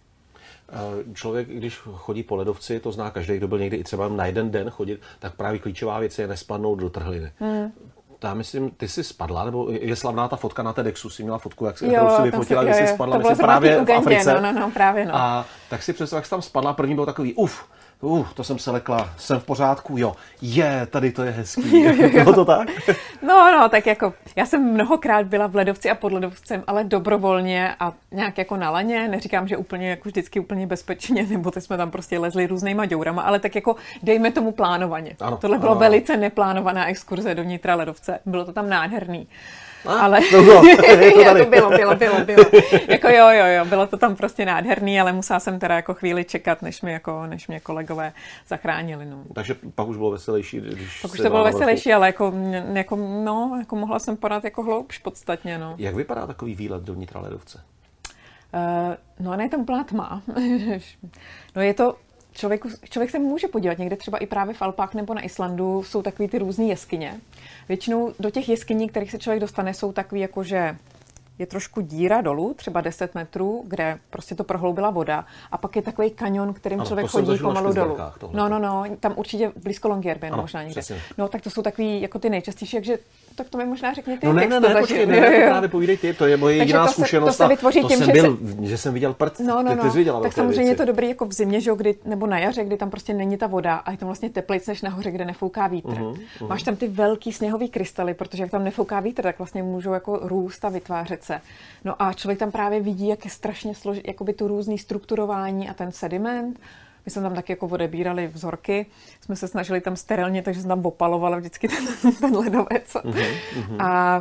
Člověk, když chodí po ledovci, to zná každý, kdo byl někdy i třeba na jeden den chodit, tak právě klíčová věc je nespadnout do trhliny. Mm. Já myslím, ty jsi spadla, nebo je slavná ta fotka na TEDxu, jsi měla fotku, jak jsi vyfotila, když jsi spadla, myslím, právě v Africe. No, no, no, právě, no. A tak si představ, jak jsi tam spadla, první byl takový, uf, uh, to jsem se lekla, jsem v pořádku, jo, je, tady to je hezký. Bylo to tak? No, no, tak jako, já jsem mnohokrát byla v ledovci a pod ledovcem, ale dobrovolně a nějak jako na laně, neříkám, že úplně, jako vždycky úplně bezpečně, nebo teď jsme tam prostě lezli různýma děurama, ale tak jako dejme tomu plánovaně. Ano, Tohle bylo ano, velice ano. neplánovaná exkurze dovnitra ledovce, bylo to tam nádherný. A, ale to bylo, to bylo, bylo, bylo, bylo. Jako jo, jo, jo, bylo to tam prostě nádherný, ale musela jsem teda jako chvíli čekat, než mě jako, než mě kolegové zachránili, no. Takže pak už bylo veselější, když Pak už to bylo veselější, ale jako, jako, no, jako mohla jsem padat jako hloubš podstatně, no. Jak vypadá takový výlet dovnitra ledovce? Uh, no, ne, tam plná tma. No je to, Člověku, člověk se může podívat, někde třeba i právě v Alpách nebo na Islandu jsou takový ty různý jeskyně. Většinou do těch jeskyní, kterých se člověk dostane, jsou takový jako, že je trošku díra dolů, třeba deset metrů, kde prostě to prohloubila voda a pak je takový kanion, kterým ano, člověk chodí pomalu dolů. No, no, no, tam určitě blízko Longyearbyen možná někde. Přesně. No, tak to jsou takový jako ty nejčastější, takže tak to mi možná řekni ty. No ne, ne, ne, počkej, ne, ne, právě povídej ty, to je moje jediná to zkušenost. Se, to se vytvoří to tím, jsem že, byl, se... že jsem viděl prd, no, no, ty, ty jsi viděla. Tak samozřejmě je to dobrý jako v zimě, že, kdy, nebo na jaře, kdy tam prostě není ta voda a je tam vlastně teplejc než nahoře, kde nefouká vítr. Uh-huh, uh-huh. Máš tam ty velký sněhový krystaly, protože jak tam nefouká vítr, tak vlastně můžou jako růst a vytvářet se. No a člověk tam právě vidí, jak je strašně složitý, jakoby tu různý strukturování a ten sediment. My jsme tam taky jako odebírali vzorky, jsme se snažili tam sterilně, takže jsme tam opalovali vždycky ten, ten ledovec. Uh-huh, uh-huh. A,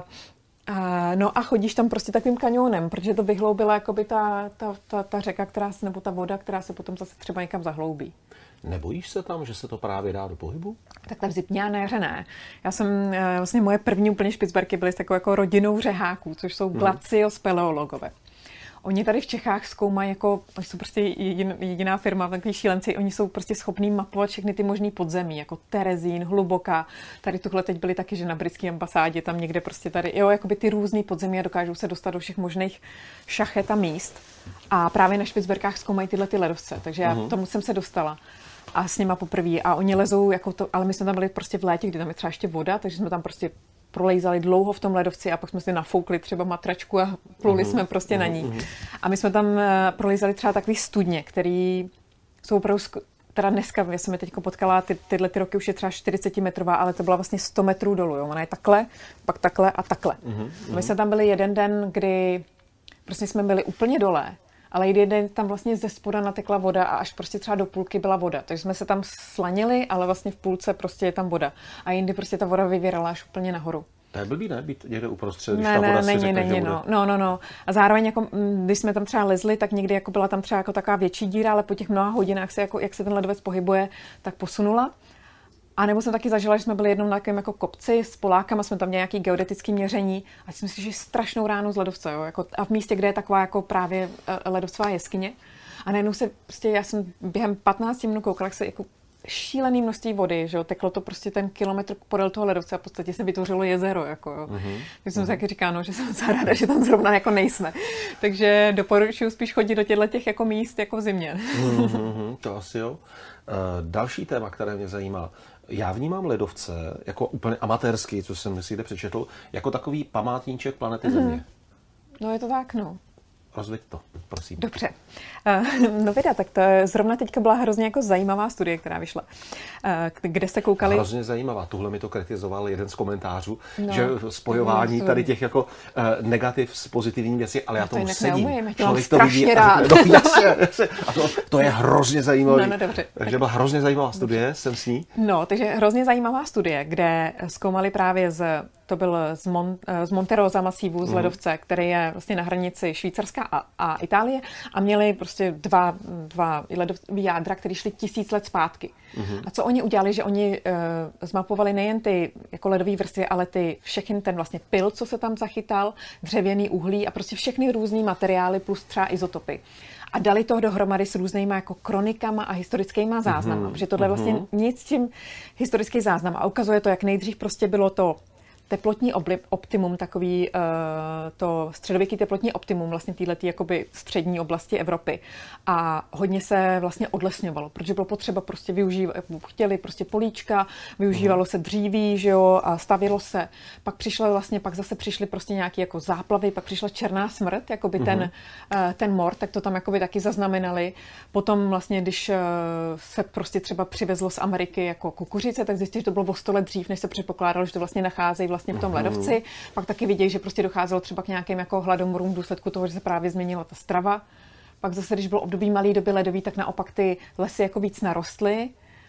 a, no a chodíš tam prostě takovým kanionem, protože to vyhloubila jakoby ta, ta, ta, ta řeka, která se, nebo ta voda, která se potom zase třeba někam zahloubí. Nebojíš se tam, že se to právě dá do pohybu? Takhle v zimě a na jaře ne. Já jsem, vlastně moje první úplně špicberky byly s takovou jako rodinou řeháků, což jsou glaciospeleologové. Oni tady v Čechách zkoumají jako, oni jsou prostě jedin, jediná firma, takový šílenci, oni jsou prostě schopní mapovat všechny ty možný podzemí, jako Terezín, Hluboká. Tady tuhle teď byli taky, že na britské ambasádě, tam někde prostě tady, jo, jakoby ty různý podzemí a dokážou se dostat do všech možných šachet a míst. A právě na Špicberkách zkoumají tyhle ty ledovce, takže já uh-huh. tomu jsem se dostala. A s nima poprvé. A oni lezou, jako to, ale my jsme tam byli prostě v létě, kdy tam je třeba ještě voda, takže jsme tam prostě prolejzali dlouho v tom ledovci a pak jsme si nafoukli třeba matračku a pluli uh-huh. jsme prostě uh-huh. na ní. A my jsme tam prolejzali třeba takový studně, který jsou opravdu, teda dneska, já jsem je teď potkala, ty, tyhle ty roky už je třeba čtyřicetimetrová, ale to byla vlastně sto metrů dolů. Jo. Ona je takhle, pak takhle a takhle. Uh-huh. A my jsme tam byli jeden den, kdy prostě jsme byli úplně dole, ale jeden den tam vlastně ze spoda natekla voda a až prostě třeba do půlky byla voda. Takže jsme se tam slanili, ale vlastně v půlce prostě je tam voda. A jindy prostě ta voda vyvěrala až úplně nahoru. To je blbý, ne? Být někde uprostřed, když ne, ta voda ne, si není, řekne, není, že no. no, no, no. A zároveň, jako, když jsme tam třeba lezli, tak někdy jako byla tam třeba jako taková větší díra, ale po těch mnoha hodinách se, jako, jak se ten ledovec pohybuje, tak posunula. A nebo jsem taky zažila, že jsme byli jednou na takovém jako kopci s Polákama, jsme tam měli nějaký geodetické měření a si myslím, že je strašnou ránu z ledovce, jo? Jako, a v místě, kde je taková jako právě ledovcová jeskyně. A najednou se prostě, já jsem během patnácti minut koukala, jak se jako šílený množství vody, že jo, teklo to prostě ten kilometr podél toho ledovce a v podstatě se vytvořilo jezero, jako jo. Mm-hmm. Takže jsem mm-hmm. taky říká, no, že jsem docela ráda, že tam zrovna jako nejsme. Takže doporučuji spíš chodit do těchto těch jako míst jako v zimě. Mm-hmm, to asi jo. Uh, další téma, které mě zajímá. Já vnímám ledovce jako úplně amatérský, co jsem si kde přečetl, jako takový památníček planety mm-hmm. Země. No je to tak, no. Rozveď to, prosím. Dobře. Uh, no vida, tak to je, zrovna teďka byla hrozně jako zajímavá studie, která vyšla, uh, kde se koukali... Hrozně zajímavá. Tuhle mi to kritizoval jeden z komentářů, no, že spojování no, tady těch jako uh, negativ s pozitivní věci, ale já tomu to sedím. Neumím, já to strašně rád. No, jasně, jasně. A to, to je hrozně zajímavé. No, no, dobře. Takže byla hrozně zajímavá studie, dobře. Jsem s ní. No, takže hrozně zajímavá studie, kde zkoumali právě z... To byl z, Mon, z Monterosa masívu, z ledovce, který je vlastně na hranici Švýcarska a, a Itálie a měli prostě dva, dva ledové jádra, které šly tisíc let zpátky. Mm-hmm. A co oni udělali, že oni uh, zmapovali nejen ty jako ledové vrstvy, ale ty všechny ten vlastně pyl, co se tam zachytal, dřevěný uhlí a prostě všechny různý materiály plus třeba izotopy. A dali to dohromady s různýma jako kronikama a historickýma záznama, mm-hmm. protože tohle je vlastně mm-hmm. nic tím historický záznam. A ukazuje to, jak nejdřív prostě bylo to teplotní optimum, takový uh, to středověký teplotní optimum vlastně této jakoby střední oblasti Evropy. A hodně se vlastně odlesňovalo, protože bylo potřeba prostě využívat, chtěli prostě políčka, využívalo se dříví, že jo, a stavělo se. Pak přišlo vlastně, pak zase přišly prostě nějaké jako záplavy, pak přišla černá smrt, jakoby uh-huh. ten, uh, ten mor, tak to tam jakoby taky zaznamenali. Potom vlastně, když uh, se prostě třeba přivezlo z Ameriky jako kukuřice, tak zjistili, že to bylo o sto let dřív, než se předpokládalo, že to vlastně nacházejí vlastně v tom ledovci. Pak taky vidějí, že prostě docházelo třeba k nějakým jako hladomorům v důsledku toho, že se právě změnila ta strava. Pak zase, když bylo období malé doby ledový, tak naopak ty lesy jako víc narostly.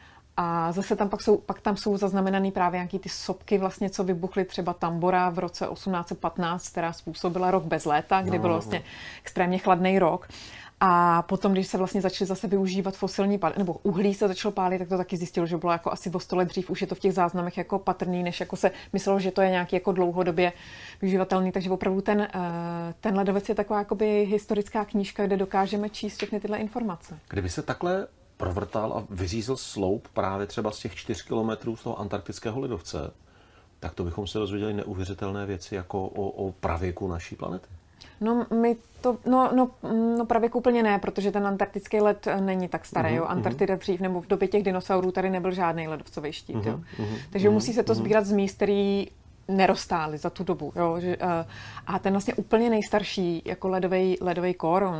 A zase tam pak jsou, pak tam jsou zaznamenaný právě nějaký ty sopky vlastně, co vybuchly třeba Tambora v roce osmnáct set patnáct, která způsobila rok bez léta, kdy byl vlastně extrémně chladný rok. A potom, když se vlastně začaly zase využívat fosilní pály, nebo uhlí se začalo pálit, tak to taky zjistilo, že bylo jako asi o sto let dřív, už je to v těch záznamech jako patrný, než jako se myslelo, že to je nějaký jako dlouhodobě využívatelný. Takže opravdu ten, ten ledovec je taková jakoby historická knížka, kde dokážeme číst všechny tyhle informace. Kdyby se takhle provrtal a vyřízl sloup právě třeba z těch čtyř kilometrů z toho antarktického ledovce, tak to bychom se dozvěděli neuvěřitelné věci jako o, o pravěku naší planety. No, my to, no, no, no pravěk úplně ne, protože ten antarktický led není tak starý. Uh-huh, jo. Antarktida dřív, nebo v době těch dinosaurů tady nebyl žádný ledovcový štít. Uh-huh, jo. Uh-huh, Takže uh-huh, musí se to uh-huh. sbírat z míst, který nerostály za tu dobu. Jo. Že, uh, a ten vlastně úplně nejstarší jako ledový, ledový kor, uh,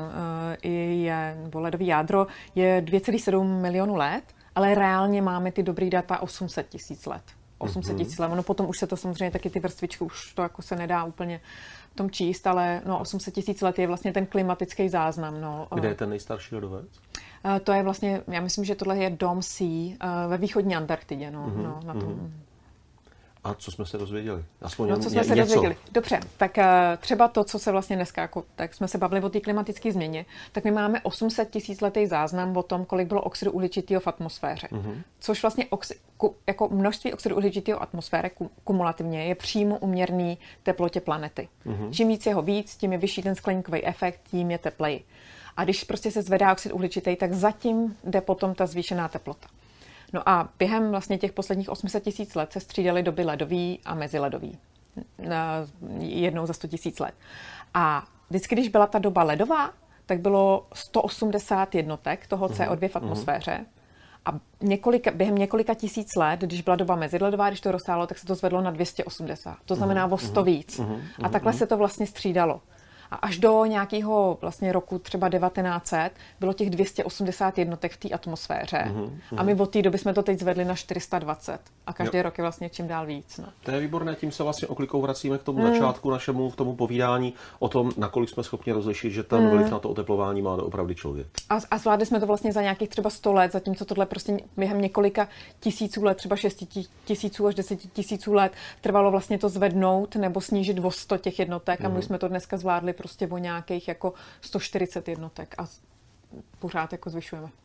je, nebo ledový jádro je dvě celá sedm milionů let, ale reálně máme ty dobrý data osm set tisíc let. osm set tisíc let. No potom už se to samozřejmě taky ty vrstvičky, už to jako se nedá úplně v tom číst, ale no osm set tisíc let je vlastně ten klimatický záznam. No. Kde je ten nejstarší ledovec? Uh, to je vlastně, já myslím, že tohle je Dome Sea uh, ve východní Antarktidě. No, mm-hmm, no, na tom. Mm-hmm. A co jsme se dozvěděli? Aspoň no, co jsme ně, se něco. dozvěděli. Dobře, tak uh, třeba to, co se vlastně dneska, jako, tak jsme se bavili o té klimatické změně, tak my máme osm set tisíc letý záznam o tom, kolik bylo oxidu uhličitého v atmosféře. Mm-hmm. Což vlastně oxi, ku, jako množství oxidu uhličitého v atmosféře kum, kumulativně je přímo uměrný teplotě planety. Mm-hmm. Čím víc je ho víc, tím je vyšší ten skleníkový efekt, tím je tepleji. A když prostě se zvedá oxid uhličitý, tak zatím jde potom ta zvýšená teplota. No a během vlastně těch posledních osm set tisíc let se střídaly doby ledový a meziledový. Jednou za sto tisíc let. A vždycky, když byla ta doba ledová, tak bylo sto osmdesát jednotek toho C O dva v atmosféře. A několika, během několika tisíc let, když byla doba meziledová, když to roztálo, tak se to zvedlo na dvě stě osmdesát. To znamená o sto víc. A takhle se to vlastně střídalo. A až do nějakého vlastně roku třeba devatenáct set bylo těch dvě stě osmdesát jednotek v té atmosféře. Mm-hmm. A my od té doby jsme to teď zvedli na čtyři sta dvacet. A každý jo. rok je vlastně čím dál víc. No. To je výborné, tím se vlastně oklikou vracíme k tomu mm. začátku našemu, k tomu povídání o tom, nakolik jsme schopni rozlišit, že ten mm. vliv na to oteplování má opravdu člověk. A, a zvládli jsme to vlastně za nějakých třeba sto let, zatímco tohle prostě během několika tisíců let, třeba šesti tisíců až deseti tisíců let, trvalo vlastně to zvednout nebo snížit o sto těch jednotek. Mm. A my jsme to dneska zvládli prostě o nějakých jako sto čtyřicet jednotek a pořád jako zvyšujeme.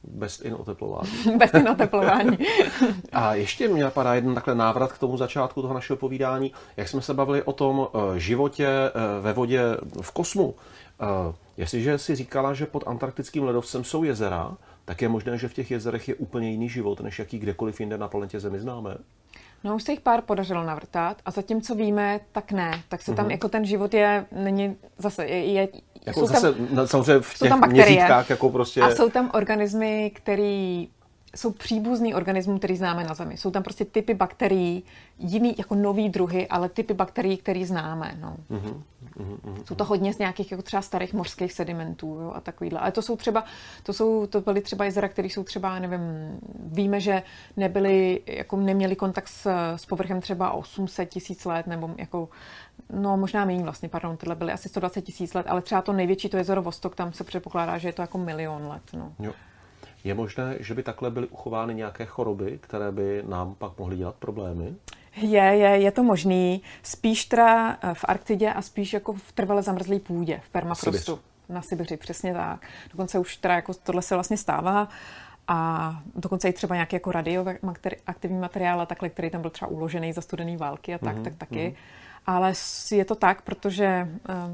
Best in oteplování. Best in oteplování. A ještě mě napadá jeden takhle návrat k tomu začátku toho našeho povídání, jak jsme se bavili o tom životě ve vodě v kosmu. Jestliže si říkala, že pod antarktickým ledovcem jsou jezera, tak je možné, že v těch jezerech je úplně jiný život, než jaký kdekoliv jinde na planetě Zemi známe? No už se jich pár podařilo navrtat a zatím, co víme, tak ne. Tak se tam mm-hmm. jako ten život je, není zase, je, je jako jsou zase tam, samozřejmě v těch měřítkách jako prostě... A jsou tam organismy, který jsou příbuzný organismům, který známe na Zemi. Jsou tam prostě typy bakterií, jiný jako nový druhy, ale typy bakterií, který známe. No. Mm-hmm, mm-hmm. Jsou to hodně z nějakých jako třeba starých mořských sedimentů, jo, a takovýhle. Ale to jsou třeba, to jsou, to byly třeba jezera, které jsou třeba, nevím, víme, že nebyly, jako neměli kontakt s, s povrchem třeba osm set tisíc let, nebo jako, no možná méně vlastně, pardon, tyhle byly asi sto dvacet tisíc let, ale třeba to největší, to jezero Vostok, tam se předpokládá, že je to jako milion let, no. Jo. Je možné, že by takhle byly uchovány nějaké choroby, které by nám pak mohly dělat problémy? Je, je, je to možný. Spíš teda v Arktidě a spíš jako v trvale zamrzlé půdě, v permafrostu. Sibiř. Na Sibiři, přesně tak. Dokonce už teda jako tohle se vlastně stává a dokonce i třeba nějaký jako radioaktivní materiál a takhle, který tam byl třeba uložený za studené války a tak, mm-hmm. tak taky. Mm-hmm. Ale je to tak, protože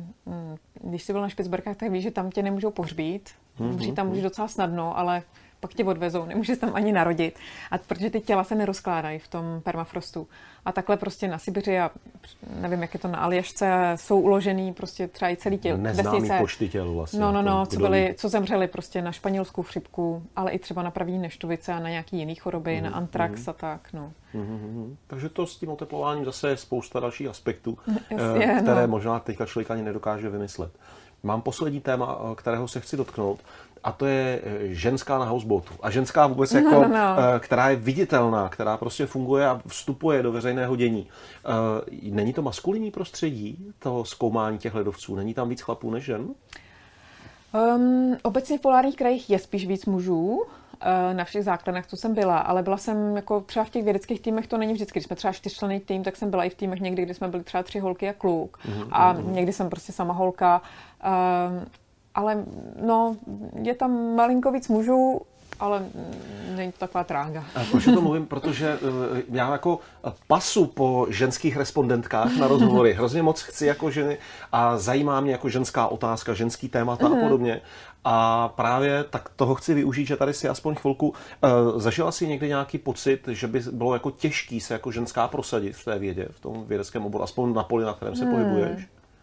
když jsi byl na Špicberkách, tak víš, že tam tě nemůžou pohřbít. Umřít tam může docela snadno, ale pak tě odvezou, nemůžeš tam ani narodit. A protože ty těla se nerozkládají v tom permafrostu. A takhle prostě na Sibiři a nevím, jak je to na Aljašce, jsou uložený prostě třeba i celý těl. Neznámý vesnice. Počty těl vlastně. No, no, no, co, byli, co zemřeli prostě na španělskou chřipku, ale i třeba na první neštovice a na nějaký jiný choroby, mm, na antrax mm. a tak, no. Mm-hmm. Takže to s tím oteplováním zase je spousta dalších aspektů, Jasně, které no. možná teďka člověk ani nedokáže vymyslet. Mám poslední téma, kterého se chci dotknout, a to je ženská na houseboatu. A ženská vůbec, jako, no, no, no. která je viditelná, která prostě funguje a vstupuje do veřejného dění. Není to maskulinní prostředí, toho zkoumání těch ledovců? Není tam víc chlapů než žen? Um, obecně v polárních krajích je spíš víc mužů, na všech základnách, co jsem byla, ale byla jsem jako třeba v těch vědeckých týmech, to není vždycky. Když jsme třeba čtyřčlenný tým, tak jsem byla i v týmech někdy, kdy jsme byli třeba tři holky a kluk. Mm-hmm. A někdy jsem prostě sama holka. Um, ale no, je tam malinko víc mužů, ale není to taková trága. Proč to mluvím? Protože já jako pasu po ženských respondentkách na rozhovory. Hrozně moc chci jako ženy a zajímá mě jako ženská otázka, ženský témata mm-hmm. a podobně. A právě tak toho chci využít, že tady si aspoň chvilku uh, zažila si někdy nějaký pocit, že by bylo jako těžký se jako ženská prosadit v té vědě, v tom vědeckém oboru, aspoň na poli, na kterém se hmm. pohybuješ?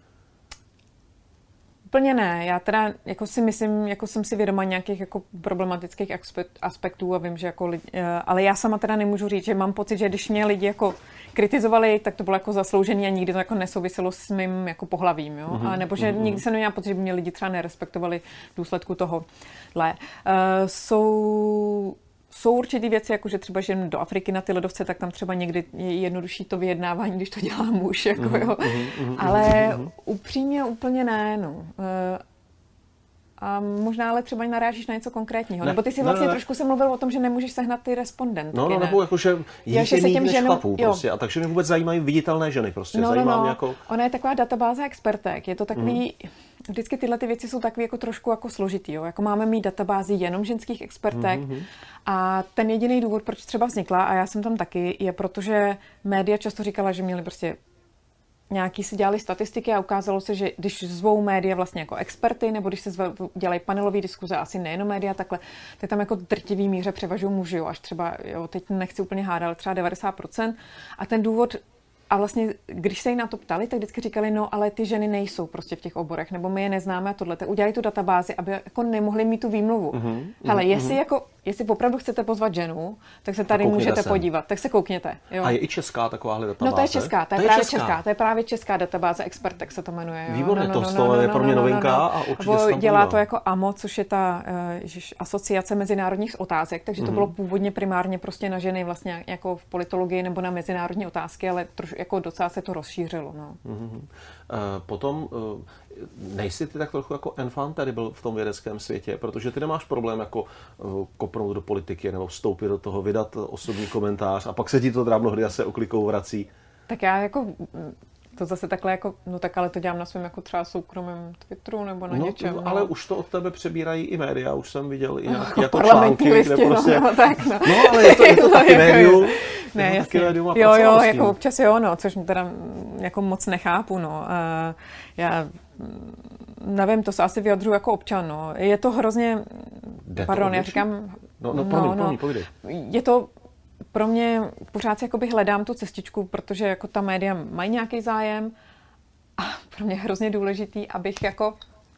Úplně ne. Já teda jako si myslím, jako jsem si vědoma nějakých jako problematických aspektů a vím, že jako lidi, ale já sama teda nemůžu říct, že mám pocit, že když mě lidi jako kritizovali, tak to bylo jako zasloužený a nikdy to jako nesouviselo s mým jako pohlavím, jo? Mm-hmm. A nebo že mm-hmm. nikdy jsem neměla pocit, že by mě lidi třeba nerespektovali v důsledku tohohle. Uh, jsou Jsou určitý věci, jako že třeba, že do Afriky na ty ledovce, tak tam třeba někdy je jednodušší to vyjednávání, když to dělá muž, jako, mm-hmm, jo. Mm-hmm, ale mm-hmm. upřímně úplně ne, no. A možná ale třeba narážíš na něco konkrétního. Ne, nebo ty si vlastně ne, ne. trošku se mluvil o tom, že nemůžeš sehnat ty respondentky. No, no, nebo jako, že jich je méně než ženou, chlapů prostě. A takže mě vůbec zajímají viditelné ženy prostě. No, Zajímá no, mě jako... Ona je taková databáze expertek. Je to takový... Mm. Vždycky tyhle ty věci jsou takové jako trošku jako složitý. Jo? Jako máme mít databázi jenom ženských expertek. Mm-hmm. A ten jediný důvod, proč třeba vznikla, a já jsem tam taky, je protože média často říkala, že měli prostě nějaký si dělali statistiky a ukázalo se, že když zvou média vlastně jako experty, nebo když se zve, dělají panelové diskuze, asi nejenom média, takhle, tak tam jako drtivý míře převažují muži, jo, až třeba, jo, teď nechci úplně hádat, ale třeba devadesát procent. A ten důvod, a vlastně, když se jí na to ptali, tak vždycky říkali, no, ale ty ženy nejsou prostě v těch oborech, nebo my je neznáme a tohle. Tak udělali tu databázi, aby jako nemohli mít tu výmluvu. Mm-hmm, Hele, mm-hmm. jestli jako jestli opravdu chcete pozvat ženu, tak se tady můžete sem. podívat. Tak se koukněte. Jo. A je i česká takováhle databáze? No to je česká, to je, to je právě česká. česká. To je právě česká databáze, expertek se to jmenuje. Jo. Výborně, no, to, no, to no, je no, pro mě no, novinka no, no. a určitě Bo se tam dělá podívám. to jako A M O, což je ta uh, asociace mezinárodních otázek, takže to mm-hmm. bylo původně primárně prostě na ženy vlastně jako v politologii nebo na mezinárodní otázky, ale troš, jako docela se to rozšířilo. No. Mm-hmm. Uh, potom uh, nejsi ty tak trochu jako enfant terrible v tom vědeckém světě, protože ty nemáš problém jako uh, kopnout do politiky nebo vstoupit do toho, vydat osobní komentář a pak se ti to drábnohdy zase oklikou vrací. Tak já jako To zase takhle jako, no tak ale to dělám na svém jako třeba soukromém Twitteru nebo na no, něčem. No, no. ale už to od tebe přebírají i média, už jsem viděl i nějaké no, jako články, listě, kde prostě... No, tak, no. no ale je to, je to taky médium. Ne, je to taky médium a jo, jo, s tím. jako občas jo, no, což teda jako moc nechápu, no. Uh, já nevím, to se asi vyjadřuji jako občan, no. Je to hrozně, Jde pardon, to já říkám... No, no, promiň, no, promiň, povídej. Je to pro mě, pořád si jakoby hledám tu cestičku, protože jako ta média mají nějaký zájem a pro mě je hrozně důležitý, abych jako,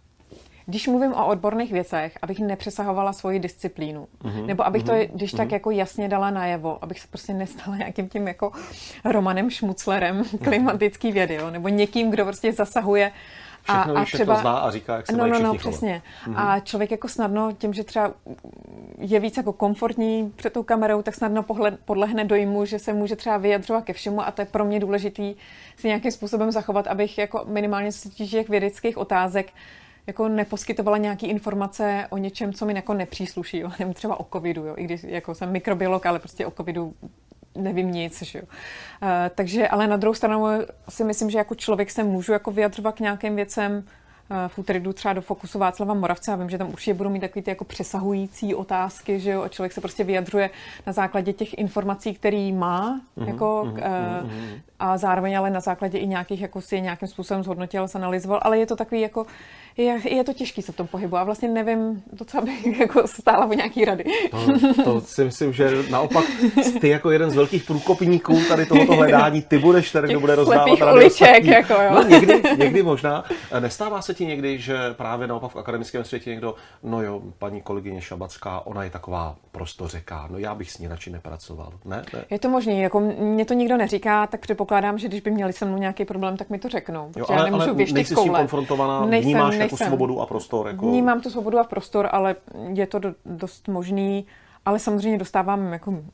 když mluvím o odborných věcech, abych nepřesahovala svoji disciplínu. Mm-hmm. Nebo abych to, když mm-hmm. tak jako jasně dala najevo, abych se prostě nestala nějakým tím jako Romanem Šmuclerem klimatický vědy, jo? Nebo někým, kdo prostě zasahuje a, a třeba zná a říká, jak se no, mají no, no, všichni přesně. Mm-hmm. A člověk jako snadno tím, že třeba je víc jako komfortní před tou kamerou, tak snadno pohled, podlehne dojmu, že se může třeba vyjadřovat ke všemu a to je pro mě důležitý si nějakým způsobem zachovat, abych jako minimálně z těch vědeckých otázek jako neposkytovala nějaké informace o něčem, co mi jako nepřísluší, jo. Nevím, třeba o covidu, jo. I když jako jsem mikrobiolog, ale prostě o covidu nevím nic, že jo. Uh, takže, ale na druhou stranu si myslím, že jako člověk se můžu jako vyjadřovat k nějakým věcem. Uh, v úterý jdu třeba do Fokusu Václava Moravce a vím, že tam určitě budou mít takový ty jako přesahující otázky, že jo, a člověk se prostě vyjadřuje na základě těch informací, který má, mm-hmm, jako, mm-hmm, uh, a zároveň ale na základě i nějakých, jako si je nějakým způsobem zhodnotil, zanalyzoval, ale je to takový jako Je, je to těžký se v tom pohybu a vlastně nevím, docela bych jako stála o nějaký rady. To, to si myslím, že naopak ty jako jeden z velkých průkopníků tady tohoto hledání, ty budeš ten, kdo bude rozdávat rady ostatní. Jako jo. No, někdy, někdy možná. Nestává se ti někdy, že právě naopak v akademickém světě někdo, no jo, paní kolegyně Šabacká, ona je taková prostořeká, no já bych s ní radši nepracoval. Ne? Ne? Je to možný, jako mě to nikdo neříká, tak předpokládám, že když by měli se mnou nějaký problém, tak mi to řeknou. Jo, ale, já nemůžu ale nejsi s tím konfrontovaná, nejsem, vnímáš nejsem. jako svobodu a prostor. Jako... Vnímám tu svobodu a prostor, ale je to do, dost možný, ale samozřejmě dostávám jako uh,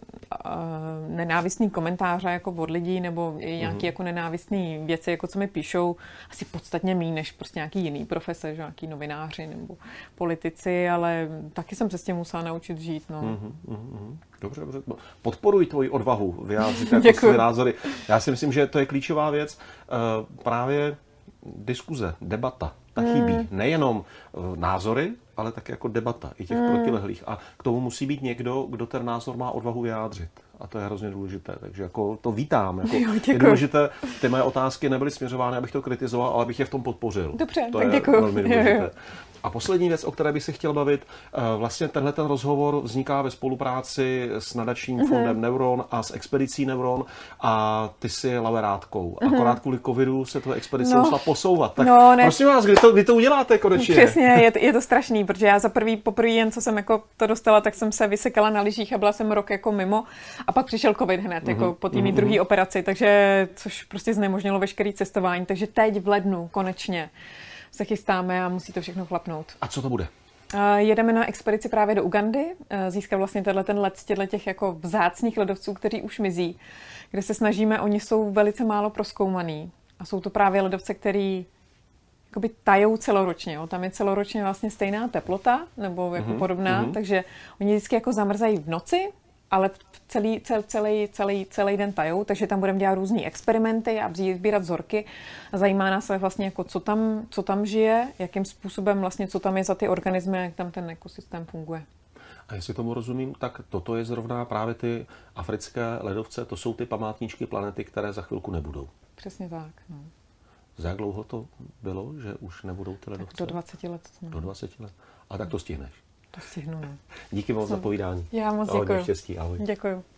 nenávistný komentáře jako od lidí nebo i nějaký mm-hmm. jako nenávistný věci, jako co mi píšou, asi podstatně méně než prostě nějaký jiný profese, že nějaký novináři nebo politici, ale taky jsem se s tím musela naučit žít. No. Mm-hmm, mm-hmm. Dobře, dobře. Podporuji tvoji odvahu vyjádřit jako své názory. Já si myslím, že to je klíčová věc. Uh, právě diskuze, debata, ta chybí. Hmm. Nejenom názory, ale také jako debata i těch hmm. protilehlých. A k tomu musí být někdo, kdo ten názor má odvahu vyjádřit. A to je hrozně důležité. Takže jako to vítám. Jako jo, je důležité, ty moje otázky nebyly směřovány, abych to kritizoval, ale abych je v tom podpořil. Dobře, to tak je děkuju. velmi důležité. A poslední věc, o které bych se chtěl bavit, vlastně tenhle ten rozhovor vzniká ve spolupráci s nadačním mm-hmm. fondem Neuron a s expedicí Neuron a ty jsi laureátkou. Mm-hmm. Akorát kvůli covidu se to expedice no. musela posouvat. Tak no, ne. prosím vás, kdy to, kdy to uděláte konečně? Přesně, je to, je to strašný, protože já za prvý, poprvé jen co jsem jako to dostala, tak jsem se vysekala na lyžích a byla jsem rok jako mimo a pak přišel covid hned, mm-hmm. jako po té mm-hmm. druhé operaci, takže což prostě znemožnilo veškeré cestování, takže teď v lednu konečně se chystáme a musí to všechno chlapnout. A co to bude? Uh, jedeme na expedici právě do Ugandy, uh, získat vlastně tenhle ten let z těch jako vzácných ledovců, kteří už mizí, kde se snažíme, oni jsou velice málo prozkoumaný a jsou to právě ledovce, který jakoby tajou celoročně. Jo. Tam je celoročně vlastně stejná teplota, nebo jako mm-hmm. podobná, mm-hmm. takže oni vždycky jako zamrzají v noci, ale celý, cel, celý, celý, celý den tajou, takže tam budeme dělat různý experimenty a sbírat vzorky. A zajímá nás vlastně, jako co, tam, co tam žije, jakým způsobem vlastně, co tam je za ty organismy, jak tam ten ekosystém funguje. A jestli tomu rozumím, tak toto je zrovna právě ty africké ledovce, to jsou ty památníčky planety, které za chvilku nebudou. Přesně tak. No. Za jak dlouho to bylo, že už nebudou ty ledovce? Tak do dvaceti let. No. Do dvaceti let. A tak to stihneš. To stihnu, no. Díky moc za povídání. Já moc děkuji. Hodně štěstí, ahoj. Děkuji.